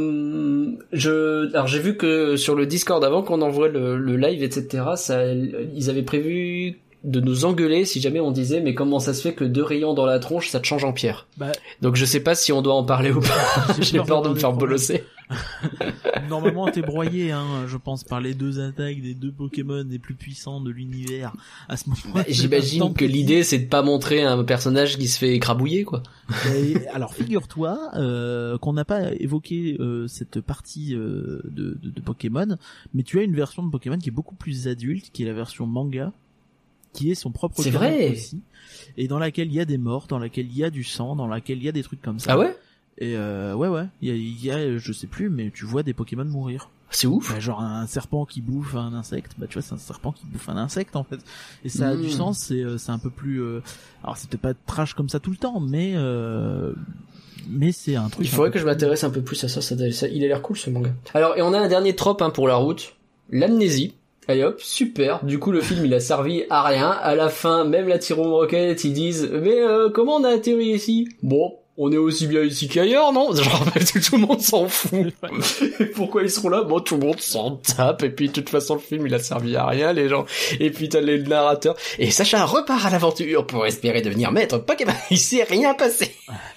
Euh, je, alors j'ai vu que sur le Discord avant qu'on envoie le, le live, et cetera, ça, ils avaient prévu de nous engueuler si jamais on disait mais comment ça se fait que deux rayons dans la tronche ça te change en pierre. Bah, donc je sais pas si on doit en parler ou pas. J'ai peur de me faire bolosser. Normalement t'es broyé hein, je pense, par les deux attaques des deux Pokémon les plus puissants de l'univers à ce moment-là. Bah, j'imagine que l'idée c'est de pas montrer un personnage qui se fait écrabouiller quoi. Et, alors figure-toi euh, qu'on n'a pas évoqué euh, cette partie euh, de, de, de Pokémon, mais tu as une version de Pokémon qui est beaucoup plus adulte, qui est la version manga, qui est son propre c'est vrai aussi, et dans laquelle il y a des morts, dans laquelle il y a du sang, dans laquelle il y a des trucs comme ça. Ah ouais? Et euh, ouais ouais, il y a, il y a, je sais plus, mais tu vois des Pokémon mourir. C'est ouf. Bah, genre un serpent qui bouffe un insecte, bah tu vois c'est un serpent qui bouffe un insecte en fait. Et ça a mmh. du sens, c'est c'est un peu plus. Euh... Alors c'est peut-être pas trash comme ça tout le temps, mais euh... mais c'est un truc. Il faudrait que je m'intéresse un peu plus à ça, ça, ça. Il a l'air cool ce manga. Alors et on a un dernier trope hein, pour la route, l'amnésie. Allez hop, super. Du coup, le film, il a servi à rien. À la fin, même la Tyro Rocket, ils disent, mais euh, comment on a atterri ici? Bon, on est aussi bien ici qu'ailleurs, non? Genre, tout le monde s'en fout. Pourquoi ils seront là? Bon, tout le monde s'en tape. Et puis, de toute façon, le film, il a servi à rien, les gens. Et puis, t'as les narrateurs. Et Sacha repart à l'aventure pour espérer devenir maître Pokémon. Il s'est rien passé.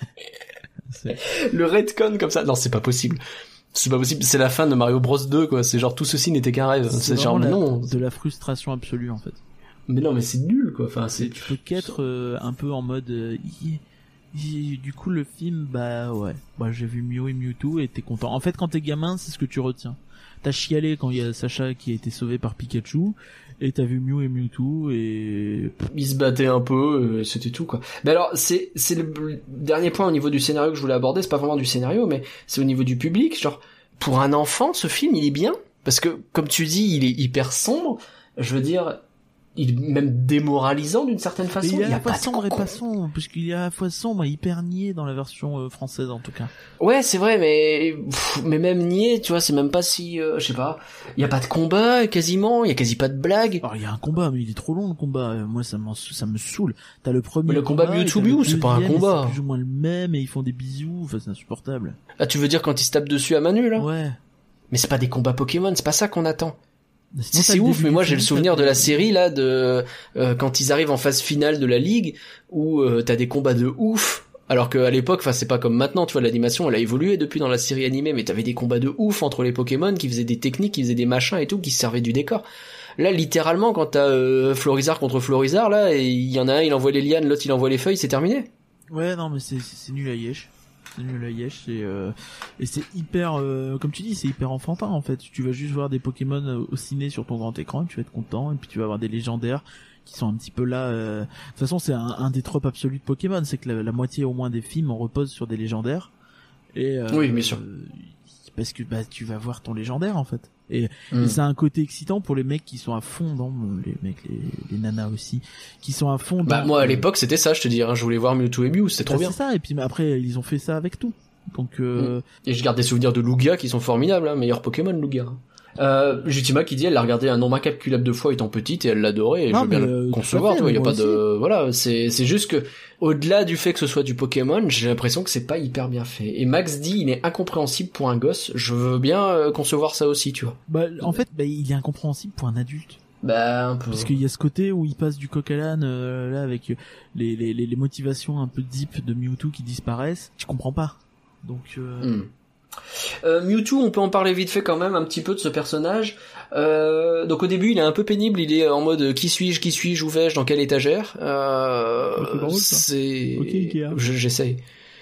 Le retcon comme ça. Non, c'est pas possible. C'est pas possible, c'est la fin de Mario Bros deux quoi, c'est genre tout ceci n'était qu'un rêve, c'est, c'est genre la, non, de la frustration absolue en fait. Mais non mais c'est nul quoi, enfin c'est tu peux qu'être euh, un peu en mode euh, y, y, du coup le film bah ouais, bah j'ai vu Mew et Mewtwo et t'es content. En fait quand t'es gamin, c'est ce que tu retiens. T'as chialé quand il y a Sacha qui a été sauvé par Pikachu et t'as vu Mew et Mewtwo et ils se battaient un peu, et c'était tout quoi. Mais alors c'est c'est le dernier point au niveau du scénario que je voulais aborder, c'est pas vraiment du scénario mais c'est au niveau du public, genre pour un enfant ce film il est bien parce que comme tu dis, il est hyper sombre, je veux dire il est même démoralisant d'une certaine façon. Il y a, il y a pas pas sombre et pas sombre, puisqu'il y a à la fois sombre et hyper niais dans la version euh, française en tout cas. Ouais, c'est vrai, mais pff, mais même niais, tu vois, c'est même pas si, euh, je sais pas, il y a pas de combat quasiment, il y a quasi pas de blague. Alors il y a un combat, mais il est trop long le combat. Euh, moi ça, ça me saoule. T'as le premier. Mais le combat Mewtwo Mew, c'est pas un combat. C'est plus ou moins le même et ils font des bisous. Enfin c'est insupportable. Ah tu veux dire quand ils se tapent dessus à main nue là? Ouais. Mais c'est pas des combats Pokémon, c'est pas ça qu'on attend. C'est, c'est ouf, mais moi j'ai le souvenir de la série là de euh, quand ils arrivent en phase finale de la ligue où euh, t'as des combats de ouf, alors qu'à l'époque, enfin c'est pas comme maintenant, tu vois, l'animation elle a évolué depuis dans la série animée, mais t'avais des combats de ouf entre les Pokémon qui faisaient des techniques, qui faisaient des machins et tout, qui se servaient du décor. Là littéralement quand t'as euh, Florizard contre Florizard là, et il y en a un il envoie les lianes, l'autre il envoie les feuilles, c'est terminé. Ouais non mais c'est c'est, c'est nul à yesh. C'est nul à yesh et, euh, et c'est hyper euh, comme tu dis c'est hyper enfantin en fait. Tu vas juste voir des Pokémon au ciné sur ton grand écran et tu vas être content, et puis tu vas avoir des légendaires qui sont un petit peu là euh... de toute façon c'est un, un des tropes absolus de Pokémon, c'est que la, la moitié au moins des films on repose sur des légendaires et euh, oui bien sûr euh, parce que bah tu vas voir ton légendaire en fait et, mm. et c'est un côté excitant pour les mecs qui sont à fond dans les mecs les, les nanas aussi qui sont à fond dans bah moi à l'époque c'était ça, je te dis hein, je voulais voir Mewtwo et Mew, c'était bah, trop bien. C'est ça, et puis après ils ont fait ça avec tout Donc euh... et je garde des souvenirs de Lugia qui sont formidables, hein, meilleur Pokémon Lugia. Euh, Jutima qui dit elle l'a regardé un nombre incalculable de fois étant petite et elle l'adorait et non, je veux bien euh, le concevoir, fait, tu vois, y a pas aussi. de voilà, c'est c'est juste que au-delà du fait que ce soit du Pokémon, j'ai l'impression que c'est pas hyper bien fait. Et Max dit il est incompréhensible pour un gosse, je veux bien euh, concevoir ça aussi, tu vois. Bah en fait, bah, il est incompréhensible pour un adulte. Bah un peu. Parce qu'il y a ce côté où il passe du coq à l'âne euh, là avec les, les les les motivations un peu deep de Mewtwo qui disparaissent, tu comprends pas. Donc euh... Hmm. Euh, Mewtwo, on peut en parler vite fait quand même un petit peu de ce personnage. Euh, donc au début, il est un peu pénible. Il est en mode qui suis-je, qui suis-je, où vais-je, dans quelle étagère. Euh, c'est drôle, ça. C'est. Ok, Ikea. Je, j'essaye.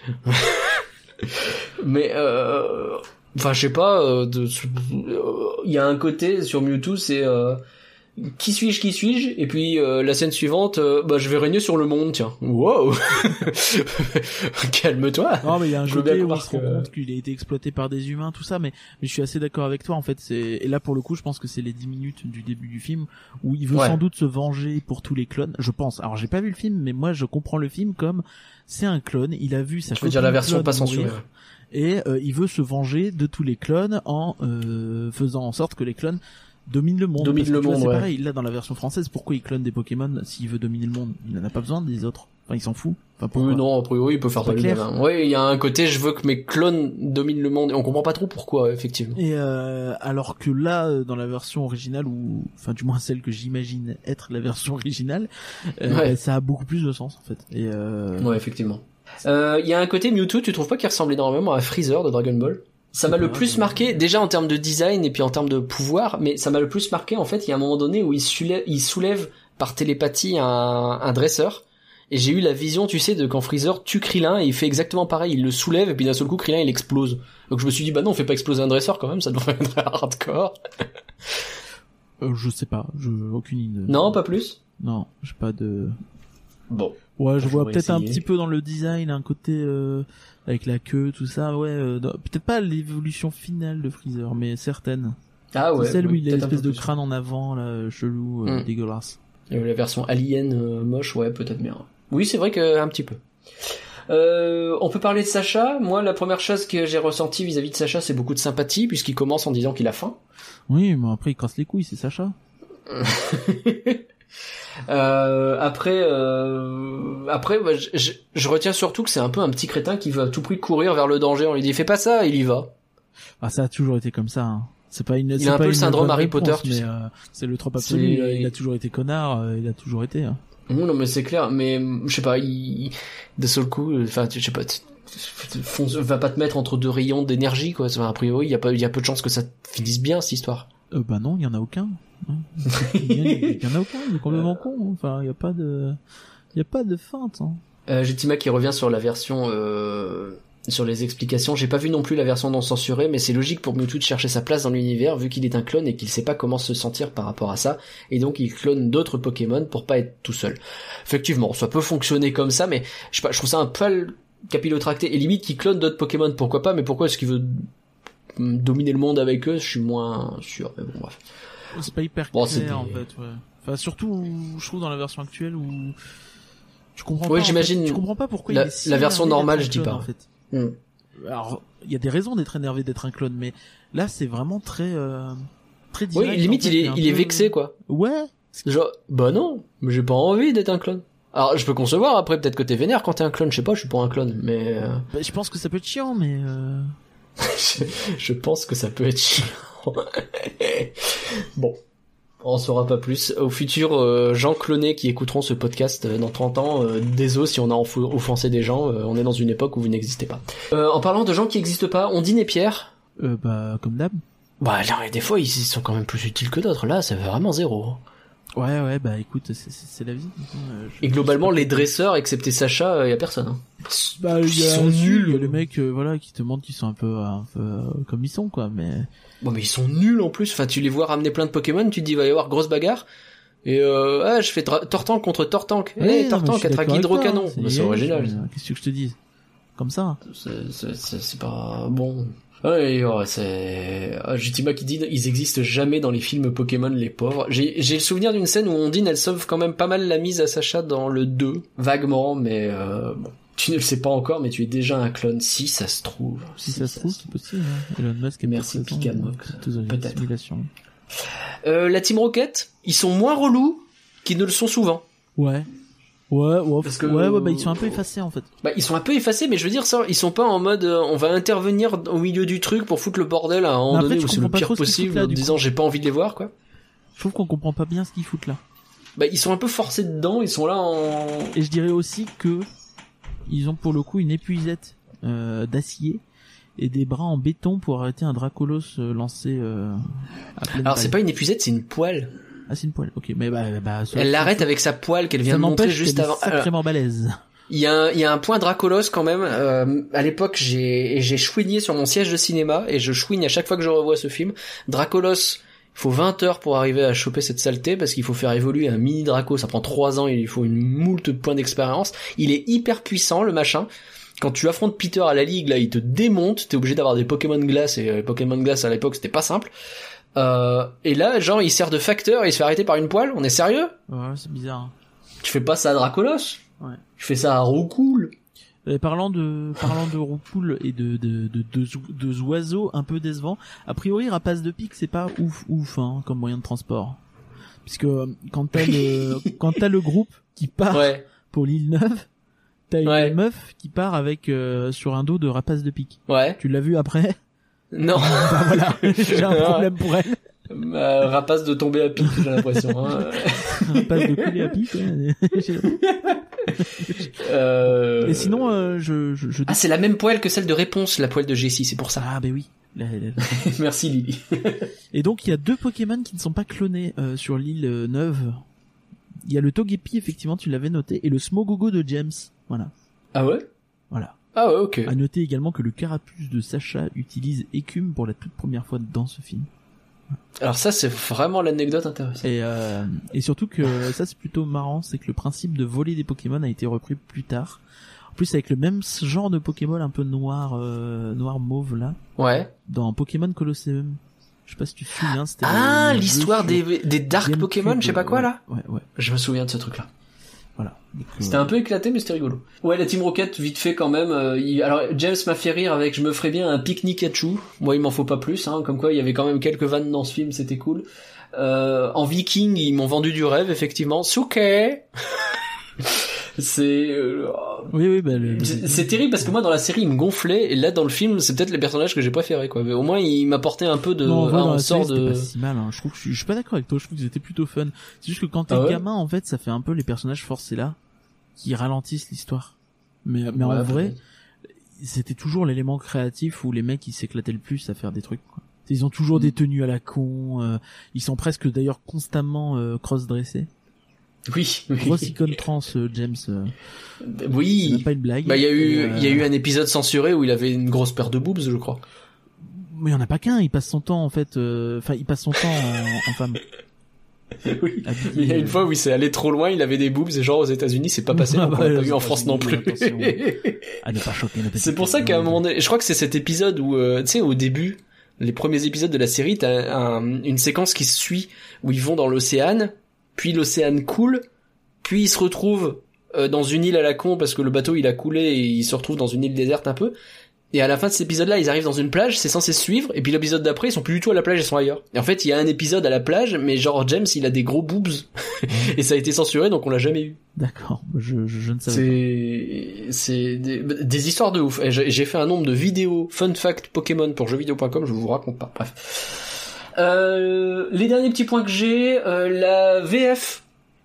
Mais euh... enfin, je sais pas. Il euh, de... euh, y a un côté sur Mewtwo, c'est euh... qui suis-je, qui suis-je, et puis euh, la scène suivante, euh, bah je vais régner sur le monde, tiens. Wow. Calme-toi. Non mais il y a un Je veux côté bien où il croire se rend que- compte qu'il a été exploité par des humains, tout ça, mais mais je suis assez d'accord avec toi en fait. C'est et là pour le coup, je pense que c'est les dix minutes du début du film où il veut Ouais. sans doute se venger pour tous les clones. Je pense. Alors j'ai pas vu le film, mais moi je comprends le film comme c'est un clone. Il a vu sa. Je veux dire la copine version clone pas censurée. mourir, et euh, il veut se venger de tous les clones en euh, faisant en sorte que les clones dominent le monde. Dominent Parce que le tu vois, monde, c'est ouais. pareil. Là dans la version française, pourquoi il clone des Pokémon s'il veut dominer le monde? Il en a pas besoin des autres. Enfin, il s'en fout. Enfin, pourquoi? Oui, non, a priori, il peut faire C'est pas pas le clair. gamin. Oui, il y a un côté, je veux que mes clones dominent le monde, et on comprend pas trop pourquoi, effectivement. Et euh, alors que là, euh, dans la version originale, ou enfin du moins celle que j'imagine être la version originale, euh, Ouais. ça a beaucoup plus de sens en fait. Et euh... Ouais, effectivement. Euh, il y a un côté Mewtwo, tu trouves pas qu'il ressemble énormément à Freezer de Dragon Ball? Ça m'a C'est le pas, plus mais- marqué, déjà en termes de design et puis en termes de pouvoir, mais ça m'a le plus marqué, en fait, il y a un moment donné où il soulève, il soulève par télépathie un, un dresseur, et j'ai eu la vision, tu sais, de quand Freezer tue Krillin, et il fait exactement pareil, il le soulève, et puis d'un seul coup, Krillin, il explose. Donc je me suis dit, bah non, on fait pas exploser un dresseur quand même, ça devrait être hardcore. euh, je sais pas, je aucune idée. Non, pas plus? Non, j'ai pas de. Bon. Ouais, je Je vois pourrais peut-être un essayer. petit peu dans le design un côté euh, avec la queue, tout ça. Ouais, euh, dans- peut-être pas l'évolution finale de Freezer, mais certaines. Ah ouais. c'est celle où oui, il a peut-être un l'espèce peu de plus. crâne en avant, là, chelou, euh, Mm. dégueulasse. Et la version alien euh, moche, ouais, peut-être bien. Oui, c'est vrai que un petit peu. Euh, on peut parler de Sacha. Moi, la première chose que j'ai ressentie vis-à-vis de Sacha, c'est beaucoup de sympathie, puisqu'il commence en disant qu'il a faim. Oui, mais après il casse les couilles, c'est Sacha. euh, après, euh, après, bah, je, je, je retiens surtout que c'est un peu un petit crétin qui veut à tout prix courir vers le danger. On lui dit fais pas ça, il y va. Ah, ça a toujours été comme ça. Hein. C'est pas une. Il c'est a un pas peu le une syndrome bonne Harry réponse, Potter, tu mais sais. euh, c'est le trop absolu. C'est- Il, il a toujours été connard. euh, il a toujours été. Hein. Non, non, mais c'est clair. Mais je sais pas, il, d'un seul coup, enfin, je sais pas. tu- tu- fonce- va pas te mettre entre deux rayons d'énergie, quoi. Enfin, a priori, il y a pas, il y a peu de chances que ça finisse bien cette histoire. Euh, bah non, il y en a aucun. Hein. Il y, en- il y en a aucun. Il est complètement con. Enfin, il y a pas de. Il y a pas de feinte. Hein. Euh, Jetima qui revient sur la version, euh, sur les explications. J'ai pas vu non plus la version non censurée, mais c'est logique pour Mewtwo de chercher sa place dans l'univers vu qu'il est un clone et qu'il sait pas comment se sentir par rapport à ça, et donc il clone d'autres Pokémon pour pas être tout seul. Effectivement, ça peut fonctionner comme ça, mais je sais pas, je trouve ça un peu capillotracté, et limite qu'il clone d'autres Pokémon, pourquoi pas, mais pourquoi est-ce qu'il veut dominer le monde avec eux, je suis moins sûr, mais bon bref. C'est pas hyper Bon, clair c'est des- en fait. Ouais. Enfin, surtout, je trouve dans la version actuelle où tu comprends Ouais, pas. en j'imagine fait, tu comprends pas pourquoi la- il est si la version énervé normale, d'être je dis un clone, pas. En fait. Hmm. Alors, il y a des raisons d'être énervé d'être un clone, mais là, c'est vraiment très, euh, très direct. Oui, limite en fait, il est, et un il est peu- vexé quoi. Ouais. Genre, bah non, mais j'ai pas envie d'être un clone. Alors, je peux concevoir, après, peut-être que t'es vénère quand t'es un clone, je sais pas, je suis pas un clone, mais euh, Bah, je pense que ça peut être chiant, mais euh... je, je pense que ça peut être chiant. Bon, on saura pas plus. Au futur, euh, gens clonés qui écouteront ce podcast euh, dans trente ans, euh, désolé si on a enfo- offensé des gens, euh, on est dans une époque où vous n'existez pas. Euh, en parlant de gens qui existent pas, Ondine et Pierre, Euh, bah, comme d'hab. bah là, des fois, ils sont quand même plus utiles que d'autres, là, ça fait vraiment zéro. Ouais, ouais, bah écoute, c'est, c'est, c'est la vie. Euh, je- Et globalement, je sais les pas. dresseurs, excepté Sacha, euh, y a personne. Hein. Bah, il y Ils a, sont nuls. Il y a les mecs, euh, voilà, qui te montrent qu'ils sont un peu, un peu euh, comme ils sont, quoi, mais... Bon, mais ils sont nuls en plus. Enfin, tu les vois ramener plein de Pokémon, tu te dis il va y avoir grosse bagarre. Et euh, ah, je fais tra- Tortank contre Tortank. Eh, Ouais, non, mais Tortank je suis attraque d'accord avec toi, Hydrocanon. hein, Bah, c'est original. mais, euh, Qu'est-ce que je te dis? Comme ça. C'est, c'est, c'est, c'est pas bon. Ouais, ouais, c'est... Ah, Jutima qui dit ils existent jamais dans les films Pokémon, les pauvres. J'ai, j'ai le souvenir d'une scène où Ondine, elle sauve quand même pas mal la mise à Sacha dans le deux. Vaguement, mais euh, bon. Tu ne le sais pas encore, mais tu es déjà un clone, si ça se trouve. Si, si ça se trouve, c'est possible. Hein. Elon Musk est Merci Picamok. Peut-être. Euh, la Team Rocket, ils sont moins relous qu'ils ne le sont souvent. Ouais. Ouais, ouais, Parce que, ouais, ouais, bah ils sont un peu effacés en fait. Bah ils sont un peu effacés, mais je veux dire ça, ils sont pas en mode euh, on va intervenir au milieu du truc pour foutre le bordel à un moment donné où c'est le pire possible, là, en disant j'ai pas envie de les voir quoi. Je trouve qu'on comprend pas bien ce qu'ils foutent là. Bah ils sont un peu forcés dedans, ils sont là en... Et je dirais aussi que ils ont pour le coup une épuisette euh, d'acier et des bras en béton pour arrêter un Dracolos euh, lancé euh, à pleine Alors taille. c'est pas une épuisette, c'est une poêle. Ah c'est une poêle, ok, mais bah... bah elle l'arrête avec sa poêle qu'elle vient de montrer juste avant. Ça sacrément balèze. Il y a un, il y a un point Dracolos quand même. Euh, à l'époque, j'ai, j'ai chouigné sur mon siège de cinéma et je chouigne à chaque fois que je revois ce film. Dracolos, il faut vingt heures pour arriver à choper cette saleté parce qu'il faut faire évoluer un mini Draco. Ça prend trois ans, il faut une moult points d'expérience. Il est hyper puissant, le machin. Quand tu affrontes Peter à la ligue, là, il te démonte. T'es obligé d'avoir des Pokémon glace et les Pokémon glace à l'époque, c'était pas simple. Euh, et là, genre, il sert de facteur et il se fait arrêter par une poêle. On est sérieux? Ouais, c'est bizarre. Hein. Tu fais pas ça à Dracolos? Ouais. Tu fais ça à Roucoule. Et parlant de parlant de Roucoule et de de de de, de oiseaux un peu décevants, a priori Rapace de Pique c'est pas ouf ouf hein, comme moyen de transport. Puisque quand t'as le quand t'as le groupe qui part ouais. pour l'île Neuve, t'as une ouais. meuf qui part avec euh, sur un dos de Rapace de Pique. Ouais. Tu l'as vu après? Non. Bah voilà, j'ai un problème pour elle. Euh, rapace de tomber à pic, j'ai l'impression. Hein. Rapace de couler à pic. Ouais. euh... Et sinon, euh, je, je, je... Ah, c'est la même poêle que celle de Réponse, la poêle de Jessie, c'est pour ça. Ah, ben oui. La, la, la... Merci Lily. Et donc, il y a deux Pokémon qui ne sont pas clonés euh, sur l'île euh, Neuve. Il y a le Togepi, effectivement, tu l'avais noté, et le Smogogo de James. Voilà. Ah ouais? Voilà. Ah ouais, ok. À noter également que le Carapuce de Sacha utilise Écume pour la toute première fois dans ce film. Alors ça c'est vraiment l'anecdote intéressante. Et, euh, et surtout que ça c'est plutôt marrant, c'est que le principe de voler des Pokémon a été repris plus tard. En plus avec le même genre de Pokémon un peu noir, euh, noir mauve là. Ouais. Dans Pokémon Colosseum. Je sais pas si tu te souviens. C'était ah le, le l'histoire des des Dark Game Pokémon, Cube, je sais pas quoi ouais, là. Ouais ouais. Je me souviens de ce truc là. Voilà. Donc, c'était euh... un peu éclaté mais c'était rigolo. Ouais la Team Rocket vite fait quand même. Euh, il... Alors James m'a fait rire avec je me ferais bien un pique-nique à Chou. Moi il m'en faut pas plus. Hein. Comme quoi il y avait quand même quelques vannes dans ce film, c'était cool. Euh, en Viking ils m'ont vendu du rêve effectivement. Suke. c'est euh... oui oui bah le... c'est, c'est terrible parce que moi dans la série il me gonflait et là dans le film c'est peut-être les personnages que j'ai préférés quoi. Mais au moins il m'apportait un peu de non, ah, on sort de pas si mal hein. Je trouve que je suis, je suis pas d'accord avec toi, je trouve que c'était plutôt fun. C'est juste que quand t'es ah ouais gamin en fait ça fait un peu les personnages forcés là qui ralentissent l'histoire. Mais mais ouais, en vrai peut-être. C'était toujours l'élément créatif où les mecs ils s'éclataient le plus à faire des trucs quoi. Ils ont toujours mmh. des tenues à la con, euh, ils sont presque d'ailleurs constamment euh, cross-dressés. Oui, oui. Grosse icône trans, euh, James. Euh, oui. C'est même pas une blague. Bah, il y a eu, euh... il y a eu un épisode censuré où il avait une grosse paire de boobs, je crois. Mais il y en a pas qu'un, il passe son temps, en fait, euh... enfin, il passe son temps en, en femme. Oui. Habillé, il y a une euh... fois où il s'est allé trop loin, il avait des boobs, et genre aux États-Unis, c'est pas passé, ah, donc bah, on l'a pas eu en France non plus. À ne pas choquer nos petits. C'est pour ça qu'à un moment donné, je crois que c'est cet épisode où, euh, tu sais, au début, les premiers épisodes de la série, t'as un, une séquence qui se suit où ils vont dans l'océan, puis l'océan coule, puis ils se retrouvent euh, dans une île à la con parce que le bateau il a coulé et ils se retrouvent dans une île déserte un peu. Et à la fin de cet épisode-là, ils arrivent dans une plage, c'est censé se suivre, et puis l'épisode d'après, ils sont plus du tout à la plage, ils sont ailleurs. Et en fait, il y a un épisode à la plage, mais genre James, il a des gros boobs, et ça a été censuré, donc on l'a jamais eu. D'accord, je, je, je ne savais c'est... pas. C'est des, des histoires de ouf. Et j'ai, j'ai fait un nombre de vidéos fun fact Pokémon pour jeux vidéo point com, je vous raconte pas. Bref. Euh, les derniers petits points que j'ai, euh, la V F.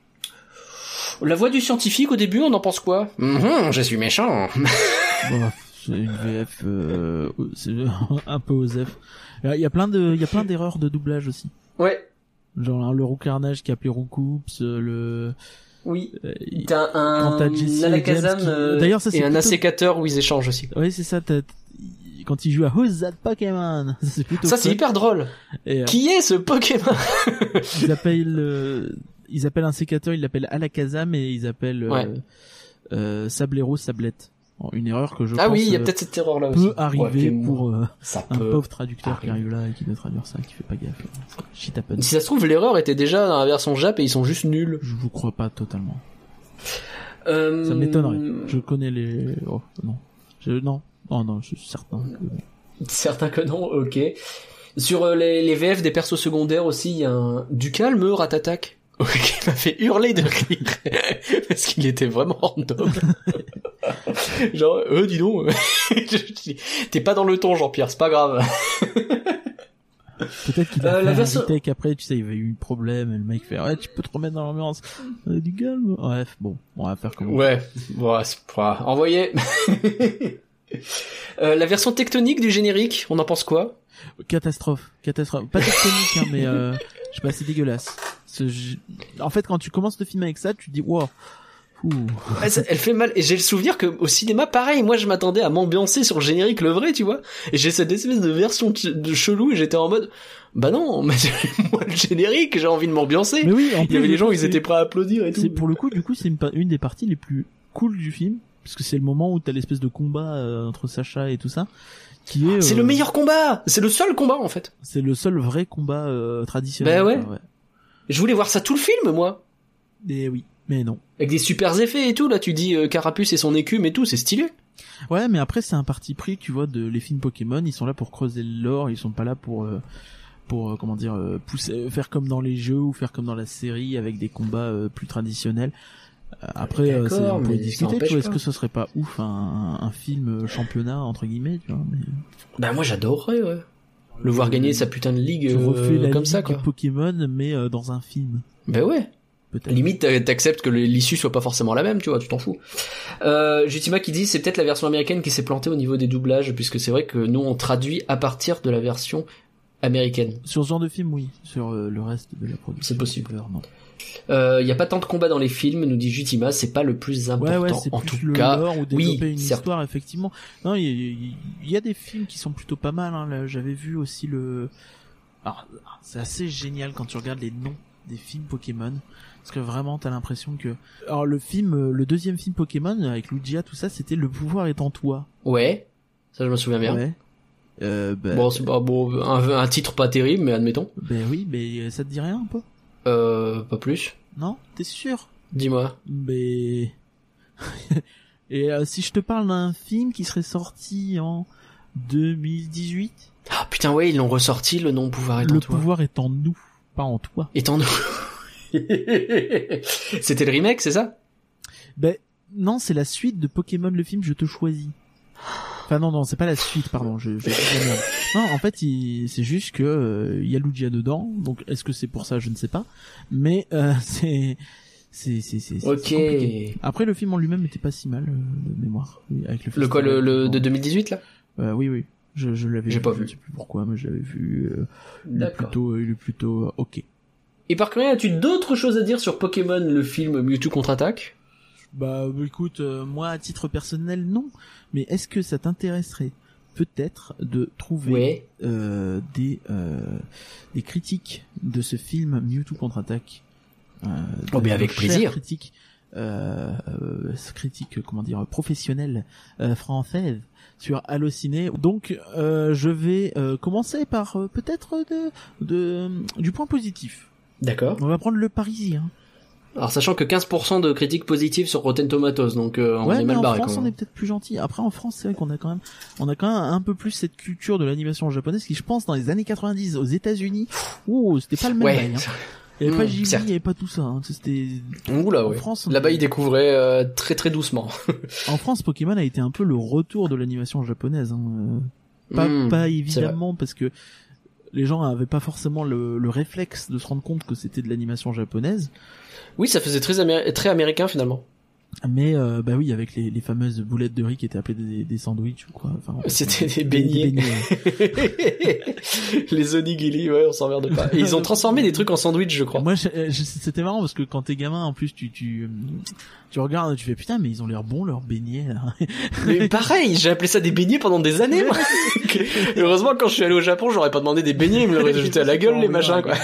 La voix du scientifique au début, on en pense quoi? Mmh, je suis méchant. Bon, c'est une V F euh, c'est un peu osef. Il y a plein de il y a plein d'erreurs de doublage aussi. Ouais. Genre le Roucarnage qui appelé Roucoups, le oui. Euh, t'as un t'as Jessie Alakazam qui... euh, D'ailleurs ça c'est et un plutôt... assécateur où ils échangent aussi. Oui, c'est ça, t'as... quand il joue à Who's That Pokémon, c'est plutôt ça fun. C'est hyper drôle. Et, euh... Qui est ce Pokémon? Ils appellent euh... ils appellent un sécateur, ils l'appellent Alakazam et ils appellent euh, ouais. euh, Sablero Sablette. Bon, une erreur que je ah pense oui, il y a peut-être cette erreur là aussi. Peut arriver ouais, pour euh, ça un peut pauvre traducteur arriver. Qui arrive là et qui doit traduire ça, qui fait pas gaffe. Shit happens. Si ça se trouve, l'erreur était déjà dans la version Jap et ils sont juste nuls. Je vous crois pas totalement. Euh... Ça m'étonnerait. Je connais les... Oh, non. Je... Non. Oh non, je suis certain que... Certains que non, ok. Sur euh, les, les V F des persos secondaires aussi, il y a un... Du calme, Ratatac. Qui m'a fait hurler de rire. Parce qu'il était vraiment random. Genre, euh, dis donc. T'es pas dans le ton, Jean-Pierre, c'est pas grave. Peut-être qu'il a euh, fait la un version... retake après, tu sais, il y avait eu un problème, et le mec fait, ouais, tu peux te remettre dans l'ambiance. Euh, du calme. Bref, bon, on va faire comme Ouais, bon, c'est pas... Envoyé. euh, la version tectonique du générique, on en pense quoi? Catastrophe, catastrophe. Pas tectonique, hein, mais euh, je sais pas, c'est dégueulasse. Ce... En fait, quand tu commences le film avec ça, tu te dis, wow. Ouh. Elle, elle fait mal, et j'ai le souvenir que au cinéma, pareil, moi je m'attendais à m'ambiancer sur le générique, le vrai, tu vois, et j'ai cette espèce de version de chelou, et j'étais en mode, bah non, mais moi le générique, j'ai envie de m'ambiancer. Mais oui, en il y avait plus, les gens, ils c'est... étaient prêts à applaudir et tout. C'est, pour le coup, du coup, c'est une, une des parties les plus cool du film, parce que c'est le moment où t'as l'espèce de combat euh, entre Sacha et tout ça, qui est... C'est euh... le meilleur combat, c'est le seul combat en fait. C'est le seul vrai combat euh, traditionnel. Bah ouais. Quoi, ouais. Je voulais voir ça tout le film, moi. Et oui, mais non. Avec des super effets et tout, là, tu dis euh, Carapuce et son écume et tout, c'est stylé. Ouais, mais après, c'est un parti pris, tu vois, de les films Pokémon, ils sont là pour creuser le lore, ils sont pas là pour, euh, pour, euh, comment dire, euh, pousser, faire comme dans les jeux ou faire comme dans la série avec des combats euh, plus traditionnels. Euh, après, euh, c'est, on peut discuter, tu vois, est-ce que ce serait pas ouf, un, un film championnat, entre guillemets, tu vois, mais... Bah, moi, j'adorerais, ouais. Le voir gagner sa putain de ligue, tu refais euh, la comme ligue ça, quoi. Pokémon, mais euh, dans un film. Bah ouais. Peut-être. Limite, t'acceptes que l'issue soit pas forcément la même, tu vois, tu t'en fous. Euh, Jutima qui dit, c'est peut-être la version américaine qui s'est plantée au niveau des doublages, puisque c'est vrai que nous, on traduit à partir de la version américaine. Sur ce genre de film, oui. Sur euh, le reste de la production. C'est possible. Non. Euh, y a pas tant de combats dans les films, nous dit Jutima, c'est pas le plus important. Ouais, ouais, c'est en plus tout le cas, lore ou développer oui, une certes. histoire, effectivement. Non, il y, y, y a des films qui sont plutôt pas mal, hein. Là, j'avais vu aussi le... Alors, c'est assez génial quand tu regardes les noms des films Pokémon. Parce que vraiment, t'as l'impression que... Alors, le film, le deuxième film Pokémon, avec Lugia, tout ça, c'était Le pouvoir est en toi. Ouais. Ça, je me souviens bien. Ouais. Euh, bah... Bon, c'est pas bon, un, un titre pas terrible, mais admettons. Ben oui, mais ça te dit rien, un peu? Euh, pas plus. Non? T'es sûr? Dis-moi. Mais... Et euh, si je te parle d'un film qui serait sorti en deux mille dix-huit? Ah putain, ouais, ils l'ont ressorti, le nom pouvoir est en Le toi. pouvoir est en nous, pas en toi. Est en nous. C'était le remake, c'est ça? Ben non, c'est la suite de Pokémon le film Je te choisis. Enfin non non, c'est pas la suite, pardon, je je, je Non, en fait, il, c'est juste que euh, il y a Lugia dedans. Donc est-ce que c'est pour ça, je ne sais pas. Mais euh, c'est c'est c'est c'est OK. c'est compliqué. Après le film en lui-même était pas si mal euh, de mémoire avec le Le quoi, le, le de deux mille dix-huit là? Euh, oui oui, je je l'avais J'ai vu, pas je vu. ne sais plus pourquoi, mais je l'avais vu euh, il est D'accord. plutôt il est plutôt euh, OK. Et par contre, as-tu d'autres choses à dire sur Pokémon, le film Mewtwo contre-attaque? Bah écoute, euh, moi à titre personnel non, mais est-ce que ça t'intéresserait peut-être de trouver Ouais. euh, des euh, des critiques de ce film Mewtwo contre-attaque euh, Oh, mais de avec chers plaisir. critiques euh, euh, critiques comment dire professionnelles euh, françaises sur Allociné. Donc euh, je vais euh, commencer par euh, peut-être de, de du point positif. D'accord. On va prendre Le Parisien. Alors sachant que quinze pour cent de critiques positives sur Rotten Tomatoes, donc euh, on ouais, est mais mal en barré France, quand on même. est peut-être plus gentil. Après, en France, c'est vrai qu'on a quand même, on a quand même un peu plus cette culture de l'animation japonaise qui, je pense, dans les années quatre-vingt-dix, aux États-Unis, ouh, c'était pas le même Ouais. bail, hein. Il y avait Mmh, pas Ghibli, certes. il y avait pas tout ça, hein. C'était, Oula, en ouais. France, on- Là-bas, ils découvraient euh, très très doucement. en France, Pokémon a été un peu le retour de l'animation japonaise, hein. Euh, Pas, Mmh, pas c'est évidemment, parce que les gens avaient pas forcément le, le réflexe de se rendre compte que c'était de l'animation japonaise. Oui, ça faisait très, amé- très américain finalement. Mais euh, bah oui, avec les, les fameuses boulettes de riz qui étaient appelées des, des sandwichs ou quoi. Enfin, C'était des des beignets. ouais. Les onigiri, ouais, on s'emmerde pas. Et ils ont transformé des trucs en sandwich, je crois. Moi, je- je- c'était marrant parce que quand t'es gamin, en plus, tu tu tu regardes, tu fais putain, mais ils ont l'air bons leurs beignets là. Mais pareil, j'ai appelé ça des beignets pendant des années, moi. Heureusement, quand je suis allé au Japon, j'aurais pas demandé des beignets, ils me l'auraient jeté à la gueule, les machins, quoi.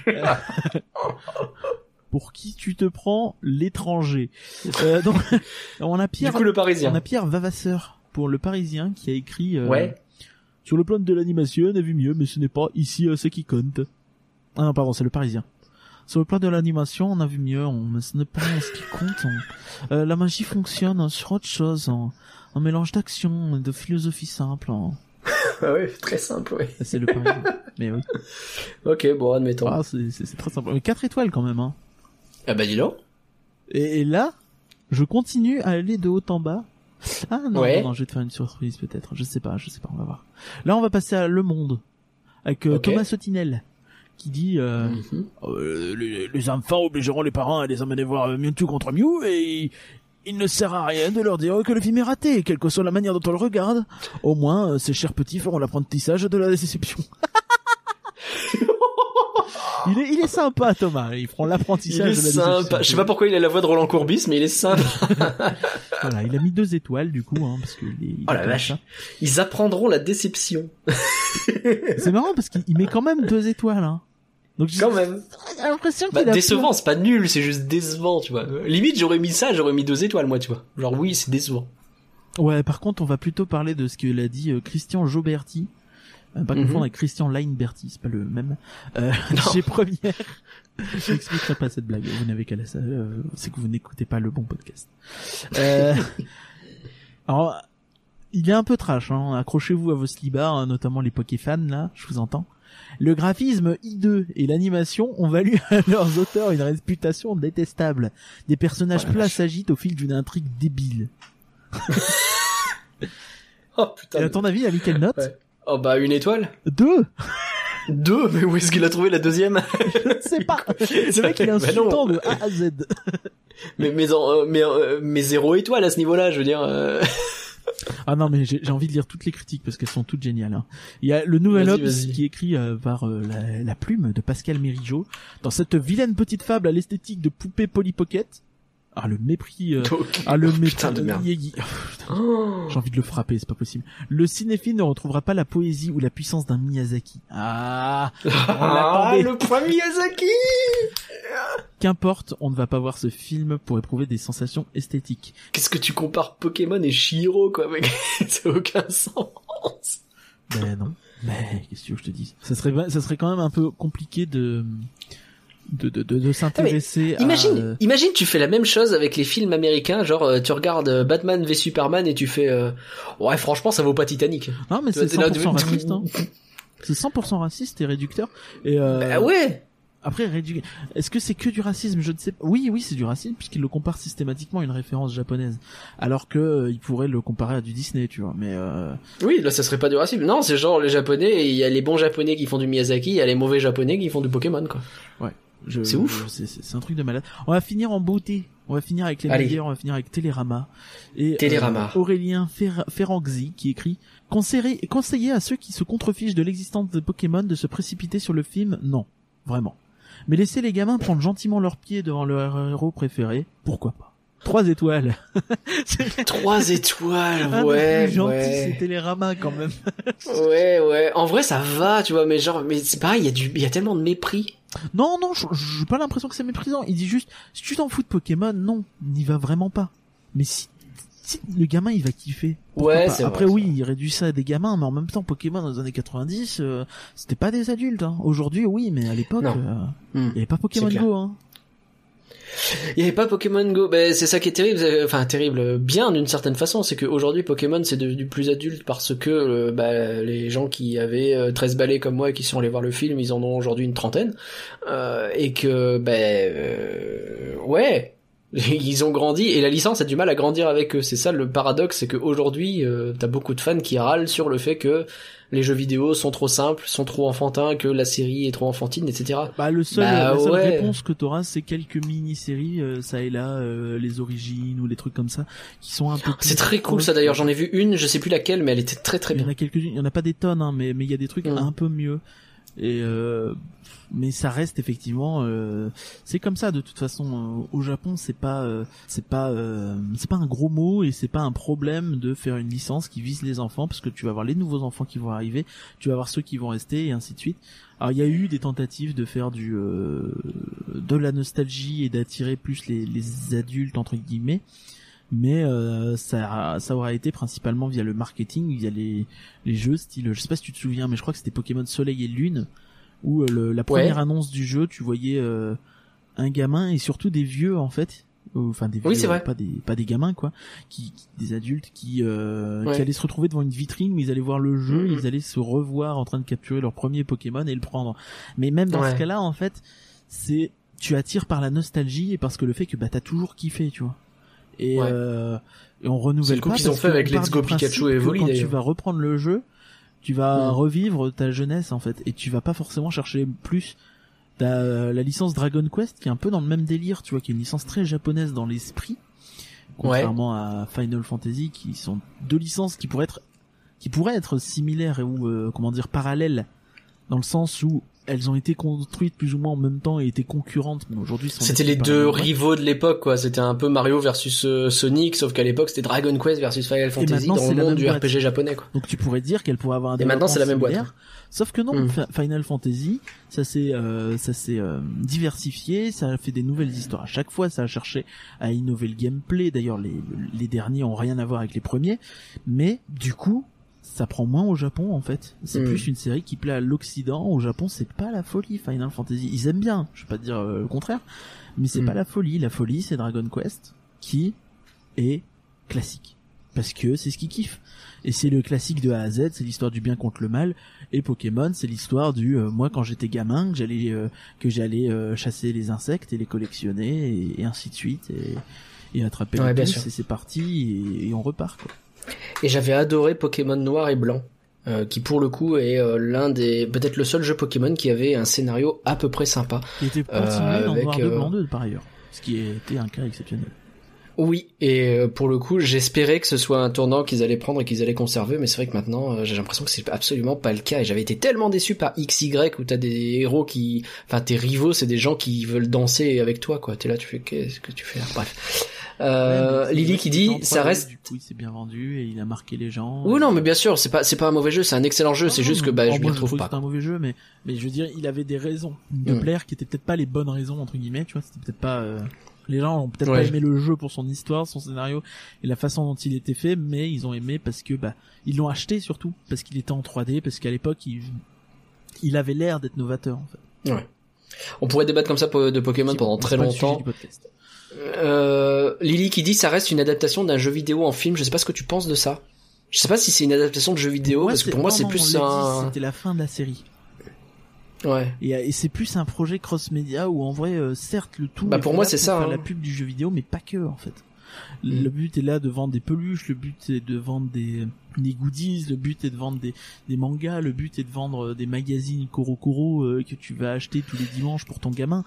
Pour qui tu te prends, l'étranger. Euh, donc, on a Pierre, Du coup, le Parisien. on a Pierre Vavasseur pour Le Parisien qui a écrit. Euh, Ouais. Sur le plan de l'animation, on a vu mieux, mais ce n'est pas ici euh, ce qui compte. Ah non, pardon, c'est Le Parisien. Sur le plan de l'animation, on a vu mieux. On, ce n'est pas ce qui compte. On, euh, la magie fonctionne hein, sur autre chose. En, un mélange d'action, de philosophie simple. En... Ah oui, très simple, oui. C'est le pari. Mais oui. Ok, bon, admettons. Ah, c'est, c'est, c'est très simple. Mais quatre étoiles quand même. Hein. Ah bah dis-le. Et, et là, je continue à aller de haut en bas. Ah non, ouais. non, non, je vais te faire une surprise peut-être. Je sais pas, je sais pas, on va voir. Là, on va passer à Le Monde avec euh, okay. Thomas Sotinel qui dit euh, mm-hmm. euh, les, les enfants obligeront les parents à les emmener voir Mewtwo contre Mew et il ne sert à rien de leur dire que le film est raté, quelle que soit la manière dont on le regarde. Au moins, ces chers petits feront l'apprentissage de la déception. Il est, il est sympa, Thomas. Ils feront l'apprentissage de la sympa. déception. Je sais pas pourquoi il a la voix de Roland Courbis, mais il est sympa. Voilà, il a mis deux étoiles, du coup, hein, parce que les, il oh la vache. Ça. Ils apprendront la déception. C'est marrant parce qu'il met quand même deux étoiles, hein. Donc, quand même. J'ai l'impression qu'il bah, a décevant, plein... c'est pas nul, c'est juste décevant, tu vois. Limite, j'aurais mis ça, j'aurais mis deux étoiles, moi, tu vois. Genre, oui, c'est décevant. Ouais, par contre, on va plutôt parler de ce qu'il a dit euh, Christian Joberti. Euh, pas confondre mm-hmm. avec Christian Leinberti, c'est pas le même. Euh, chez Première. Je n'expliquerai pas cette blague. Vous n'avez qu'à la salle. Euh, c'est que vous n'écoutez pas le bon podcast. Euh, alors, il est un peu trash, hein. Accrochez-vous à vos slibards, hein, notamment les Pokéfans, là, je vous entends. Le graphisme hideux et l'animation ont valu à leurs auteurs une réputation détestable. Des personnages plats s'agitent au fil d'une intrigue débile. Oh putain. Et à ton avis, il a mis quelle note? Ouais. Oh bah une étoile. Deux. Deux. Mais où est-ce qu'il a trouvé la deuxième? Je ne sais pas. Le mec il est insultant de A à Z. Mais mais euh, mais euh, mais zéro étoile à ce niveau-là, je veux dire. Euh... Ah non mais j'ai, j'ai envie de lire toutes les critiques parce qu'elles sont toutes géniales. Hein. Il y a le Nouvel vas-y, Obs vas-y. qui est écrit euh, par euh, la, la plume de Pascal Mérigeau dans cette vilaine petite fable à l'esthétique de poupée Polly Pocket. Ah le mépris euh, okay. ah le mépris putain de merde. Oh, j'ai envie de le frapper, c'est pas possible. Le cinéphile ne retrouvera pas la poésie ou la puissance d'un Miyazaki. Ah, on ah le point Miyazaki. Qu'importe, on ne va pas voir ce film pour éprouver des sensations esthétiques. Qu'est-ce que tu compares Pokémon et Chihiro quoi mec? Ça n'a aucun sens. Ben non. Mais qu'est-ce que tu veux que je te dise? Ça serait ça serait quand même un peu compliqué de De, de, de, de s'intéresser ah imagine, à... Euh... Imagine, tu fais la même chose avec les films américains, genre euh, tu regardes Batman v Superman et tu fais euh... ouais franchement ça vaut pas Titanic. Non mais c'est cent pour cent raciste hein. C'est cent pour cent raciste et réducteur. Et euh... Bah ouais. Après rédu... est-ce que c'est que du racisme? Je ne sais pas. Oui oui c'est du racisme puisqu'il le compare systématiquement à une référence japonaise, alors que euh, il pourrait le comparer à du Disney, tu vois. Mais euh... oui là ça serait pas du racisme. Non c'est genre les japonais, il y a les bons japonais qui font du Miyazaki, il y a les mauvais japonais qui font du Pokémon quoi. Ouais. Je, c'est ouf. C'est, c'est, c'est un truc de malade. On va finir en beauté. On va finir avec les Allez. meilleurs. On va finir avec Télérama. Et Télérama. Euh, Aurélien Fer- Ferrangzi qui écrit conseiller, conseiller à ceux qui se contrefichent de l'existence de Pokémon de se précipiter sur le film. Non, vraiment. Mais laisser les gamins prendre gentiment leurs pieds devant leur héros préféré. Pourquoi pas? Trois étoiles. Trois étoiles, ah, ouais, plus gentil, ouais. C'est Télérama quand même. Ouais, ouais. En vrai, ça va, tu vois, mais genre, mais c'est pareil, il y a du, il y a tellement de mépris. Non, non, j'ai pas l'impression que c'est méprisant. Il dit juste, si tu t'en fous de Pokémon, non, n'y va vraiment pas. Mais si, si le gamin, il va kiffer. Ouais, pas. c'est Après, vrai, oui, c'est il réduit ça à des gamins, mais en même temps, Pokémon dans les années quatre-vingt-dix, euh, c'était pas des adultes, hein. Aujourd'hui, oui, mais à l'époque, non. euh, mmh, il y avait pas Pokémon Go, hein. Il y avait pas Pokémon Go, ben c'est ça qui est terrible, enfin terrible, bien d'une certaine façon, c'est qu'aujourd'hui Pokémon c'est devenu plus adulte parce que euh, bah, les gens qui avaient euh, treize balais comme moi et qui sont allés voir le film, ils en ont aujourd'hui une trentaine, euh, et que ben euh, ouais, ils ont grandi et la licence a du mal à grandir avec eux. C'est ça le paradoxe, c'est qu'aujourd'hui euh, t'as beaucoup de fans qui râlent sur le fait que les jeux vidéo sont trop simples, sont trop enfantins, que la série est trop enfantine, et cetera. Bah le seul, bah, la seule ouais. réponse que t'auras, c'est quelques mini-séries, euh, ça et là, euh, les origines ou les trucs comme ça, qui sont un peu. C'est très cool ça d'ailleurs. J'en ai vu une, je sais plus laquelle, mais elle était très très bien. Il y en a quelques-unes, il y en a pas des tonnes, hein, mais mais il y a des trucs mmh. un peu mieux. Et euh, mais ça reste effectivement, euh, c'est comme ça de toute façon. Euh, au Japon, c'est pas, euh, c'est pas, euh, c'est pas un gros mot et c'est pas un problème de faire une licence qui vise les enfants parce que tu vas avoir les nouveaux enfants qui vont arriver, tu vas avoir ceux qui vont rester et ainsi de suite. Alors il y a eu des tentatives de faire du, euh, de la nostalgie et d'attirer plus les, les adultes entre guillemets. Mais euh, ça ça aura été principalement via le marketing, via les les jeux style, je sais pas si tu te souviens, mais je crois que c'était Pokémon Soleil et Lune où euh, le, la première Ouais. annonce du jeu, tu voyais euh, un gamin et surtout des vieux en fait, enfin des vieux, Oui, c'est vrai. pas des pas des gamins quoi, qui, qui des adultes qui euh, Ouais. qui allaient se retrouver devant une vitrine où ils allaient voir le jeu, Mhm. ils allaient se revoir en train de capturer leur premier Pokémon et le prendre. Mais même dans Ouais. ce cas-là, en fait, c'est tu attires par la nostalgie et parce que le fait que bah t'as toujours kiffé, tu vois. Et, Ouais. euh, et on renouvelle C'est le coup pas qu'ils ont parce fait avec qu'on part Let's du Go principe Pikachu et que Evoli, quand tu d'ailleurs. vas reprendre le jeu, tu vas Mm. revivre ta jeunesse en fait et tu vas pas forcément chercher plus. T'as euh, la licence Dragon Quest qui est un peu dans le même délire, tu vois, qui est une licence très japonaise dans l'esprit, contrairement à Final Fantasy, qui sont deux licences qui pourraient être qui pourraient être similaires et ou euh, comment dire parallèles, dans le sens où elles ont été construites plus ou moins en même temps et étaient concurrentes, mais aujourd'hui sont C'était les par deux la même boîte. rivaux de l'époque, quoi. C'était un peu Mario versus euh, Sonic, sauf qu'à l'époque c'était Dragon Quest versus Final Fantasy maintenant, dans c'est le la monde même du boîte. R P G japonais, quoi. Donc tu pourrais dire qu'elle pourrait avoir un Et maintenant, c'est la même boîte. développement similaire. Sauf que non, Mm. Fa- Final Fantasy, ça s'est euh, ça s'est euh, diversifié, ça a fait des nouvelles histoires. À chaque fois, ça a cherché à innover le gameplay. D'ailleurs, les les derniers ont rien à voir avec les premiers, mais du coup, ça prend moins au Japon en fait. C'est Mm. plus une série qui plaît à l'Occident. Au Japon, c'est pas la folie Final Fantasy. Ils aiment bien, je vais pas te dire euh, le contraire, mais c'est Mm. pas la folie. La folie, c'est Dragon Quest qui est classique parce que c'est ce qu'ils kiffent. Et c'est le classique de A à Z, c'est l'histoire du bien contre le mal. Et Pokémon, c'est l'histoire du euh, moi quand j'étais gamin, que j'allais euh, que j'allais euh, chasser les insectes et les collectionner et, et ainsi de suite et, et attraper Ouais, les bien tous sûr. et c'est parti et, et on repart quoi. Et j'avais adoré Pokémon Noir et Blanc, euh, qui pour le coup est euh, l'un des, peut-être le seul jeu Pokémon qui avait un scénario à peu près sympa. Il était continué Euh, dans avec, Noir deux, euh, Blanc deux par ailleurs, ce qui était un cas exceptionnel. Oui, et euh, pour le coup, j'espérais que ce soit un tournant qu'ils allaient prendre et qu'ils allaient conserver, mais c'est vrai que maintenant, euh, j'ai l'impression que c'est absolument pas le cas, et j'avais été tellement déçu par X Y où t'as des héros qui, enfin tes rivaux, c'est des gens qui veulent danser avec toi, quoi. T'es là, tu fais, qu'est-ce que tu fais là? Bref. Euh, Ouais, mais Lily c'est- qui c'était dit, en ça trois D, reste... Du coup, il s'est bien vendu et il a marqué les gens. Oui, non, mais bien sûr, c'est pas, c'est pas un mauvais jeu, c'est un excellent jeu, Non, c'est non, juste que, mais- bah, oh, je m'y moi, retrouve trouve que pas. c'était un mauvais jeu, mais, mais je veux dire, il avait des raisons de Mm. plaire qui étaient peut-être pas les bonnes raisons, entre guillemets, tu vois, c'était peut-être pas, euh, les gens ont peut-être Ouais. pas aimé le jeu pour son histoire, son scénario et la façon dont il était fait, mais ils ont aimé parce que, bah, ils l'ont acheté surtout, parce qu'il était en trois D, parce qu'à l'époque, il, il avait l'air d'être novateur, en fait. Ouais. On pourrait débattre comme ça de Pokémon pendant très C'est pas le sujet longtemps. du podcast. Euh, Lily qui dit ça reste une adaptation d'un jeu vidéo en film. Je sais pas ce que tu penses de ça. Je sais pas si c'est une adaptation de jeu vidéo parce que pour moi non, c'est non, plus on l'a un. dit, c'était la fin de la série. Ouais. Et, et c'est plus un projet cross-média où en vrai, euh, certes, le tout. Bah, est pour fait moi, là c'est ça, faire hein. la pub du jeu vidéo, mais pas que en fait. Mm. Le but est là de vendre des peluches, le but est de vendre des, des goodies, le but est de vendre des, des mangas, le but est de vendre des magazines Koro Koro euh, que tu vas acheter tous les dimanches pour ton gamin.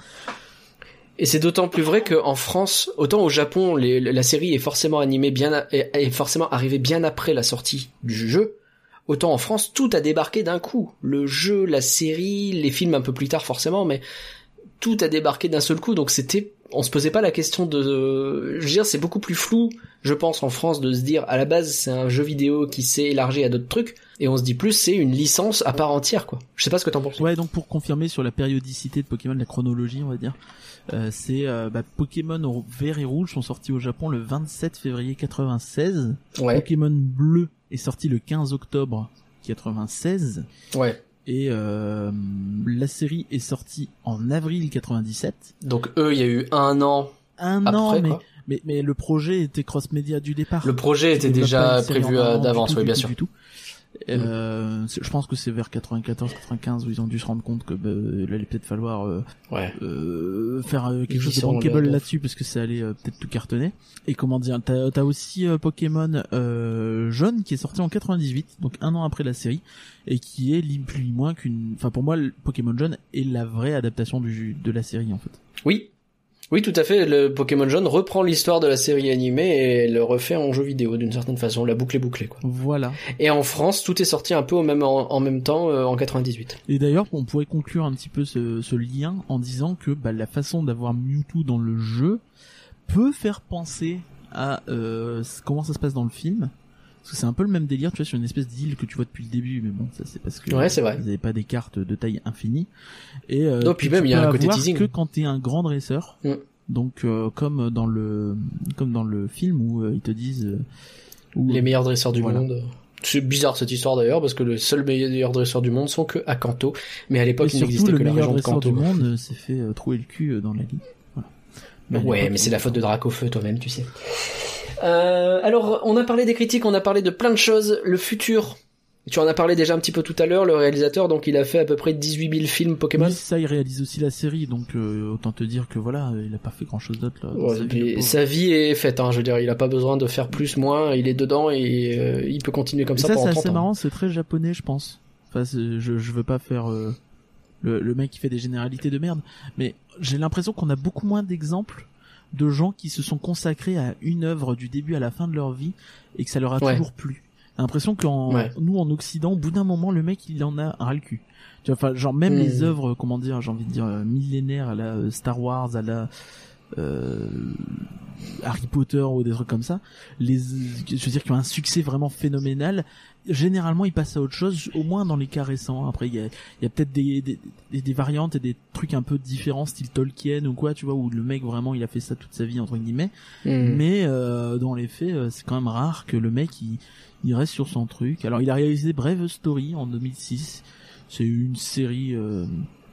Et c'est d'autant plus vrai qu'en France, autant au Japon, les, la série est forcément animée bien, a- est, est forcément arrivée bien après la sortie du jeu. Autant en France, tout a débarqué d'un coup. Le jeu, la série, les films un peu plus tard forcément, mais tout a débarqué d'un seul coup. Donc c'était, on se posait pas la question de, je veux dire, c'est beaucoup plus flou, je pense, en France, de se dire, à la base, c'est un jeu vidéo qui s'est élargi à d'autres trucs, et on se dit plus, c'est une licence à part entière, quoi. Je sais pas ce que t'en penses. Ouais, donc pour confirmer sur la périodicité de Pokémon, la chronologie, on va dire, euh, c'est euh, bah, Pokémon au- vert et rouge sont sortis au Japon le vingt-sept février quatre-vingt-seize. Ouais, Pokémon bleu est sorti le quinze octobre quatre-vingt-seize. ouais. Et euh, la série est sortie en avril quatre-vingt-dix-sept. Donc eux, il y a eu un an Un après, an, mais, quoi. mais mais le projet était cross-média du départ. Le projet Ils était développent pas déjà une série prévu en à- avant du d'avance, tout, oui, du bien tout, sûr. du tout. Euh, c'est- je pense que c'est vers quatre-vingt-quatorze quatre-vingt-quinze où ils ont dû se rendre compte que bah, il allait peut-être falloir euh, Ouais. euh, faire euh, quelque Ils chose de sont bankable là, là-dessus parce que ça allait euh, peut-être tout cartonner. Et comment dire, t'as t'as aussi euh, Pokémon euh, jaune qui est sorti en quatre-vingt-dix-huit, donc un an après la série, et qui est ni plus ni moins qu'une, enfin pour moi le Pokémon jaune est la vraie adaptation du de la série en fait. Oui. Oui, tout à fait. Le Pokémon jaune reprend l'histoire de la série animée et le refait en jeu vidéo d'une certaine façon. La boucle est bouclée, quoi. Voilà. Et en France, tout est sorti un peu au même, en, en même temps, euh, en quatre-vingt-dix-huit. Et d'ailleurs, on pourrait conclure un petit peu ce, ce lien en disant que bah, la façon d'avoir Mewtwo dans le jeu peut faire penser à euh, comment ça se passe dans le film. Parce que c'est un peu le même délire, tu vois, sur une espèce d'île que tu vois depuis le début, mais bon, ça c'est parce que Ouais, c'est vrai. vous n'avez pas des cartes de taille infinie. Et euh, Non, que puis tu même, il y a peux un côté avoir teasing. que quand t'es un grand dresseur. Mm. Donc euh, comme dans le comme dans le film où euh, ils te disent euh, où, Les meilleurs dresseurs du Voilà. monde. C'est bizarre cette histoire d'ailleurs parce que les seuls meilleurs dresseurs du monde sont que à Kanto, mais à l'époque Et il n'existait surtout, que le la meilleur région de dresseur Kanto. du monde euh, s'est fait euh, trouer le cul euh, dans la ligue. Voilà. Mais à Ouais, l'époque, mais c'est on- la faute de Dracofeu toi-même, tu sais. Euh, alors, on a parlé des critiques, on a parlé de plein de choses. Le futur, tu en as parlé déjà un petit peu tout à l'heure. Le réalisateur, donc, il a fait à peu près dix-huit mille films Pokémon. Oui, ça, il réalise aussi la série, donc euh, autant te dire que voilà, il a pas fait grand chose d'autre là. dans Ouais, sa et vie, le pauvre. sa vie est faite, hein, je veux dire, il a pas besoin de faire plus, moins, il est dedans et euh, il peut continuer comme Et ça, ça, pendant c'est trente assez ans. marrant, c'est très japonais, je pense. Enfin, c'est- je, je veux pas faire euh, le, le mec qui fait des généralités de merde, mais j'ai l'impression qu'on a beaucoup moins d'exemples de gens qui se sont consacrés à une œuvre du début à la fin de leur vie et que ça leur a Ouais. toujours plu. J'ai l'impression qu'en Ouais. nous en Occident, au bout d'un moment, le mec il en a ras le cul. Tu vois, enfin, genre même Mm. les œuvres, comment dire, j'ai envie de dire euh, millénaires à la euh, Star Wars, à la euh, Harry Potter ou des trucs comme ça, les, je veux dire, qui ont un succès vraiment phénoménal. Généralement, ils passent à autre chose, au moins dans les cas récents. Après, il y a, il y a peut-être des, des, des, des variantes et des trucs un peu différents, style Tolkien ou quoi, tu vois, où le mec vraiment, il a fait ça toute sa vie entre guillemets. Hmm. Mais euh, dans les faits, euh, c'est quand même rare que le mec il, il reste sur son truc. Alors, il a réalisé Brave Story en deux mille six. C'est une série euh,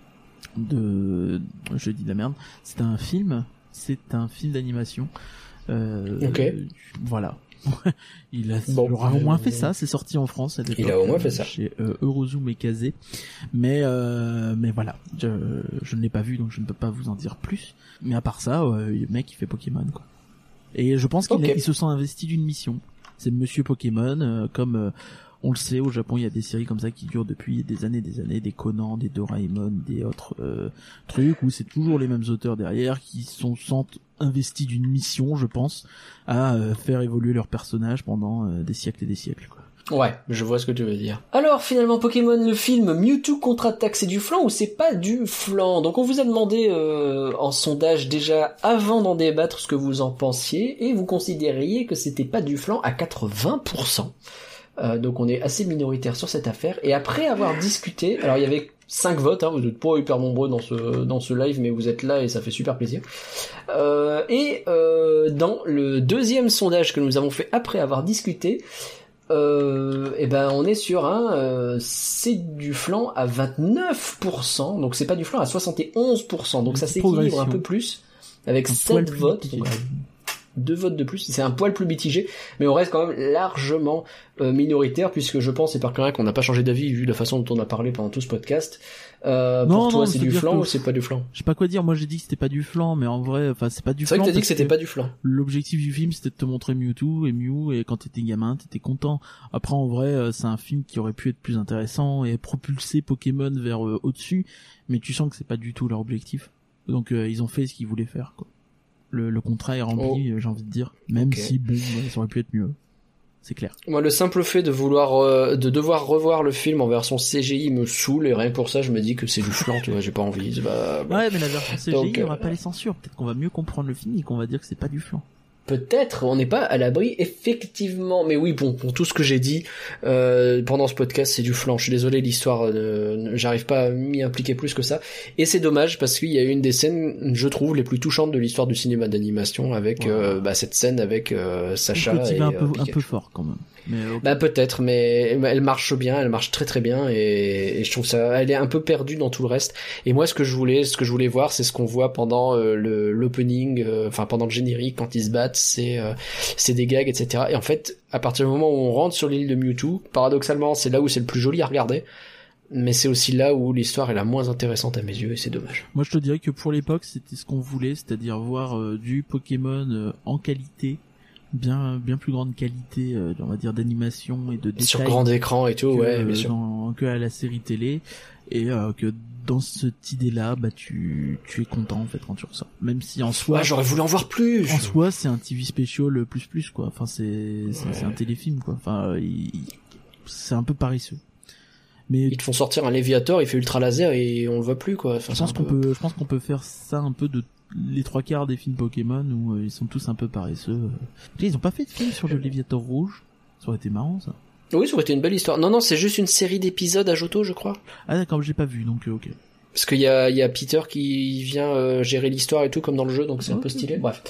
de, je dis de la merde. C'est un film. C'est un film d'animation. Euh, Ok. Voilà. Il a Bon. il aura au moins fait ça, c'est sorti en France à l'époque, Il a au moins fait ça. chez euh, Eurozoom et Kazé. Mais euh, mais voilà, je, je ne l'ai pas vu donc je ne peux pas vous en dire plus. Mais à part ça, euh, le mec il fait Pokémon quoi. Et je pense qu'il Ok. a- il se sent investi d'une mission. C'est Monsieur Pokémon, euh, comme euh, on le sait, au Japon, il y a des séries comme ça qui durent depuis des années, des années, des Conan, des Doraemon, des autres euh, trucs où c'est toujours les mêmes auteurs derrière qui sont sentent investis d'une mission, je pense, à euh, faire évoluer leurs personnages pendant euh, des siècles et des siècles. Quoi. Ouais, je vois ce que tu veux dire. Alors finalement Pokémon le film Mewtwo contre-attaque, c'est du flan ou c'est pas du flan? Donc on vous a demandé euh, en sondage déjà avant d'en débattre ce que vous en pensiez et vous considériez que c'était pas du flan à quatre-vingts pour cent. Euh, donc on est assez minoritaire sur cette affaire et après avoir discuté, alors il y avait cinq votes, hein, vous êtes pas hyper nombreux dans ce dans ce live mais vous êtes là et ça fait super plaisir. Euh, et euh, dans le deuxième sondage que nous avons fait après avoir discuté, Euh, et ben on est sur un euh, c'est du flan à vingt-neuf pour cent, donc c'est pas du flan à soixante et onze pour cent, donc Une ça petite s'équilibre un progression. peu plus avec Un poil sept plus votes, mitigé. donc deux votes de plus, c'est un poil plus mitigé, mais on reste quand même largement euh, minoritaire puisque je pense et par contre qu'on n'a pas changé d'avis vu la façon dont on a parlé pendant tout ce podcast. Euh, Non, pour toi non, c'est c'est du dire flan que- ou c'est pas du flan? Je sais pas quoi dire, moi j'ai dit que c'était pas du flan, mais en vrai, enfin c'est pas du C'est flan. vrai que t'as dit que parce c'était pas du flan. L'objectif du film c'était de te montrer Mewtwo et Mew et quand t'étais gamin t'étais content. Après en vrai euh, c'est un film qui aurait pu être plus intéressant et propulser Pokémon vers euh, au-dessus, mais tu sens que c'est pas du tout leur objectif. Donc euh, ils ont fait ce qu'ils voulaient faire quoi. Le, le contrat est rempli, euh, j'ai envie de dire, même Ok. si bon ouais, ça aurait pu être mieux. C'est clair. Moi, le simple fait de vouloir, euh, de devoir revoir le film en version C G I me saoule et rien que pour ça, je me dis que c'est du flan, tu vois, j'ai pas envie. Bah, bah. Ouais mais la version C G I Donc, il y aura euh, pas les censures, peut-être qu'on va mieux comprendre le film et qu'on va dire que c'est pas du flan. Peut-être, on n'est pas à l'abri, effectivement. Mais oui, bon, pour tout ce que j'ai dit euh, pendant ce podcast, c'est du flan. Je suis désolé, l'histoire, euh, j'arrive pas à m'y impliquer plus que ça. Et c'est dommage parce qu'il y a une des scènes, je trouve, les plus touchantes de l'histoire du cinéma d'animation avec Ouais. euh, bah, cette scène avec euh, Sacha Je trouve que et tu vas un euh, peu, un Pikachu. peu fort quand même. Mais, euh, Bah peut-être, mais elle marche bien, elle marche très très bien et, et je trouve ça, elle est un peu perdue dans tout le reste. Et moi, ce que je voulais, ce que je voulais voir, c'est ce qu'on voit pendant euh, le l'opening, euh, enfin pendant le générique quand ils se battent, c'est euh, c'est des gags, et cetera. Et en fait, à partir du moment où on rentre sur l'île de Mewtwo, paradoxalement, c'est là où c'est le plus joli à regarder, mais c'est aussi là où l'histoire est la moins intéressante à mes yeux et c'est dommage. moi je te dirais que pour l'époque c'était ce qu'on voulait, c'est-à-dire voir euh, du Pokémon euh, en qualité, bien bien plus grande qualité, euh, on va dire d'animation et de détails. Sur grand écran et tout, que, ouais, euh, bien sûr. dans- que à la série télé, et euh, que dans cette idée-là, bah tu tu es content en fait quand tu ressors. Même si en soi, Ouais, j'aurais voulu en voir plus. en soi c'est un T V special plus plus quoi. Enfin c'est c'est, c'est un téléfilm quoi. Enfin euh, il- il- c'est un peu paresseux. Mais Ils te font sortir un Léviator, il fait ultra laser et on le voit plus quoi. Enfin, je c'est pense un qu'on peu- peut je pense qu'on peut faire ça un peu de les trois quarts des films Pokémon où euh, ils sont tous un peu paresseux. Tu sais, ils ont pas fait de film sur le Léviator rouge. Ça aurait été marrant ça. Oui, ça aurait été une belle histoire. Non, non, c'est juste une série d'épisodes à Johto, je crois. Ah d'accord, j'ai pas vu donc euh, ok. Parce qu'il y a, il y a Peter qui vient euh, gérer l'histoire et tout, comme dans le jeu, donc c'est un peu Ok. stylé. Bref.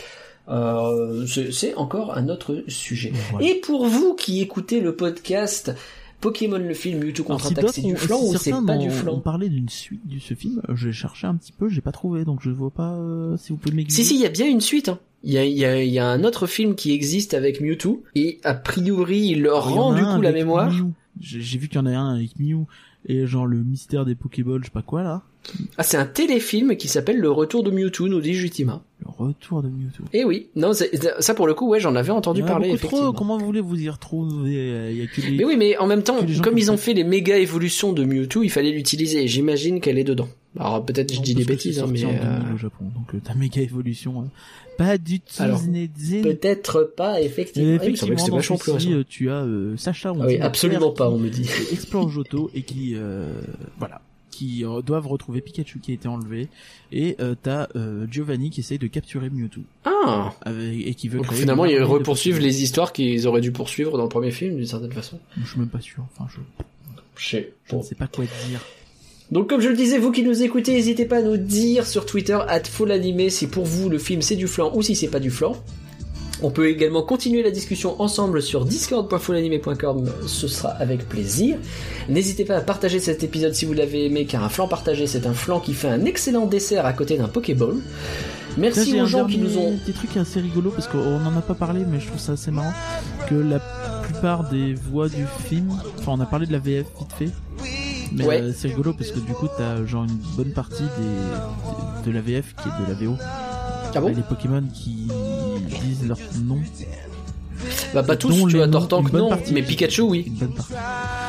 Euh, c'est, c'est encore un autre sujet. Voilà. Et pour vous qui écoutez le podcast Pokémon le film Mewtwo contre-attaque, c'est du flan ou c'est pas du flan? On parlait d'une suite de ce film, j'ai cherché un petit peu, j'ai pas trouvé, donc je vois pas euh, si vous pouvez m'aiguiller. Si si, il y a bien une suite. Hein. Il y a, il y a, il y a un autre film qui existe avec Mewtwo et a priori il leur Alors, rend il y en du a un coup la avec mémoire. Mew. J'ai, j'ai vu qu'il y en a un avec Mew et genre le mystère des Pokéballs, je sais pas quoi là. Ah, c'est un téléfilm qui s'appelle Le Retour de Mewtwo, nous dit Jutima. Le retour de Mewtwo. Eh oui, non, c'est, ça pour le coup, ouais, j'en avais entendu Il y en a parler beaucoup effectivement. trop, comment voulez-vous y retrouver? Il y a que les... Mais oui, mais en même temps, que les gens comme ils ont comprennent. fait les méga évolutions de Mewtwo, il fallait l'utiliser. Et j'imagine qu'elle est dedans. Alors peut-être je Non, dis des parce que bêtises, c'est hein, mais sorti en deux mille euh, au Japon, donc euh, ta méga évolution, hein. Pas du tout. Alors, Zinedine. peut-être pas Et effectivement. Ah, il me semblait effectivement, que c'était dans vachement plus ceci, récent. euh, tu as euh, Sacha. Ah oui, absolument pas, on me dit. Qui explore Johto et qui, euh, voilà, qui euh, doivent retrouver Pikachu qui a été enlevé. Et euh, t'as euh, Giovanni qui essaye de capturer Mewtwo. Ah. Avec, et qui veut Donc créer finalement, une ils armée de repoursuivent Pokémon. les histoires qu'ils auraient dû poursuivre dans le premier film d'une certaine façon. Je suis même pas sûr. Enfin, je, Je sais. je ne sais pas quoi te dire. Donc comme je le disais, vous qui nous écoutez, n'hésitez pas à nous dire sur Twitter arobase folanimé si pour vous le film c'est du flan ou si c'est pas du flan. On peut également continuer la discussion ensemble sur discord point folanimé point com, ce sera avec plaisir. N'hésitez pas à partager cet épisode si vous l'avez aimé, car un flan partagé c'est un flan qui fait un excellent dessert à côté d'un Pokéball. Merci Là, j'ai aux un gens qui dernier nous ont... Des trucs assez rigolos parce qu'on en a pas parlé, mais je trouve ça assez marrant que la plupart des voix du film, enfin on a parlé de la V F vite fait, mais Ouais. euh, c'est rigolo parce que du coup t'as genre une bonne partie des, de la V F qui est de la V O. Ah bon? Et les Pokémon qui disent leur nom. Bah pas tous, dont tu les vois, noms- Tortank une bonne non, partie. mais Pikachu oui. Une bonne partie.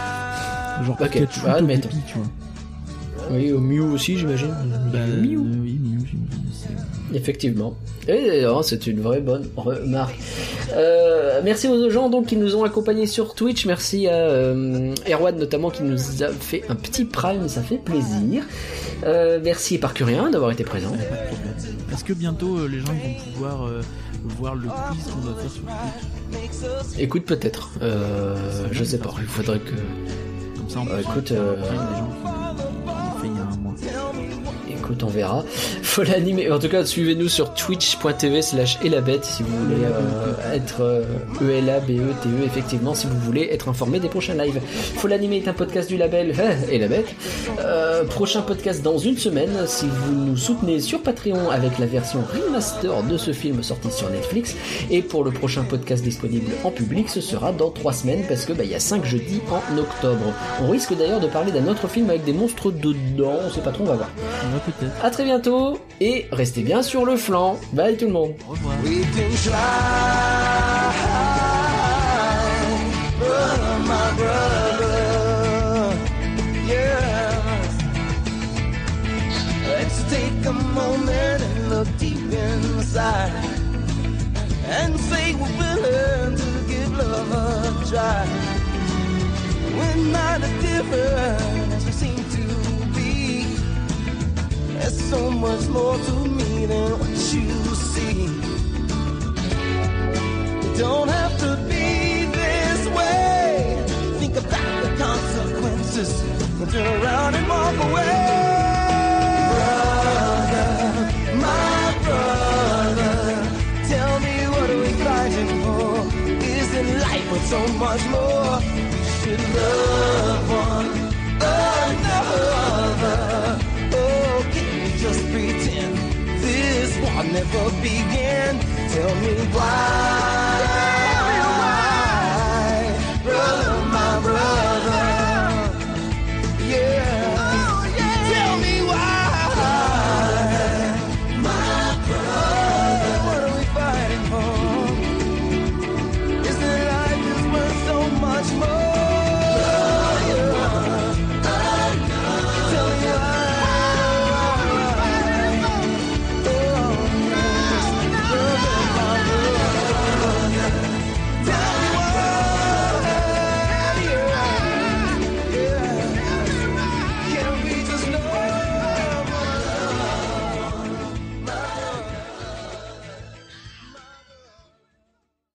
Genre Ok, Pikachu, bah, admettons. Togepi, tu vois. Oui, au Mew aussi j'imagine. Bah, Mew. euh, oui, Mew, j'imagine. c'est- Effectivement. Et non, c'est une vraie bonne remarque. Euh, merci aux gens donc qui nous ont accompagnés sur Twitch. Merci à euh, Erwan notamment qui nous a fait un petit prime, ça fait plaisir. Euh, merci Éparcurien d'avoir été présent. Pas de problème. Est-ce que bientôt euh, les gens vont pouvoir euh, voir le quiz qu'on va faire sur Twitch? Écoute peut-être. Euh, je sais pas. Il faudrait que. Comme ça, on peut Euh, écoute, euh, des gens qui l'ont fait il y a un mois. Écoute, on verra. Faut l'animer. En tout cas, suivez-nous sur twitch point t v slash elabette si vous voulez euh, être euh, E L A B E T E effectivement si vous voulez être informé des prochains lives. Faut l'animer est un podcast du label euh, Elabette. Euh, prochain podcast dans une semaine si vous nous soutenez sur Patreon avec la version remaster de ce film sorti sur Netflix. Et pour le prochain podcast disponible en public, ce sera dans trois semaines parce que bah il y a cinq jeudis en octobre. On risque d'ailleurs de parler d'un autre film avec des monstres dedans. On sait pas trop, on va voir. Ouais, peut-être. À très bientôt et restez bien sur le flanc. Bye tout le monde. Au revoir. We can try, brother, my brother, yeah. Let's take a moment and look deep inside and say we're willing to give love a try. We're not as different as we seem to be. There's so much more to me than what you see. It don't have to be this way. Think about the consequences and turn around and walk away. Brother, my brother, tell me what are we fighting for? Isn't life worth so much more? We should love one another. Oh, can we just pretend this war never began? Tell me why.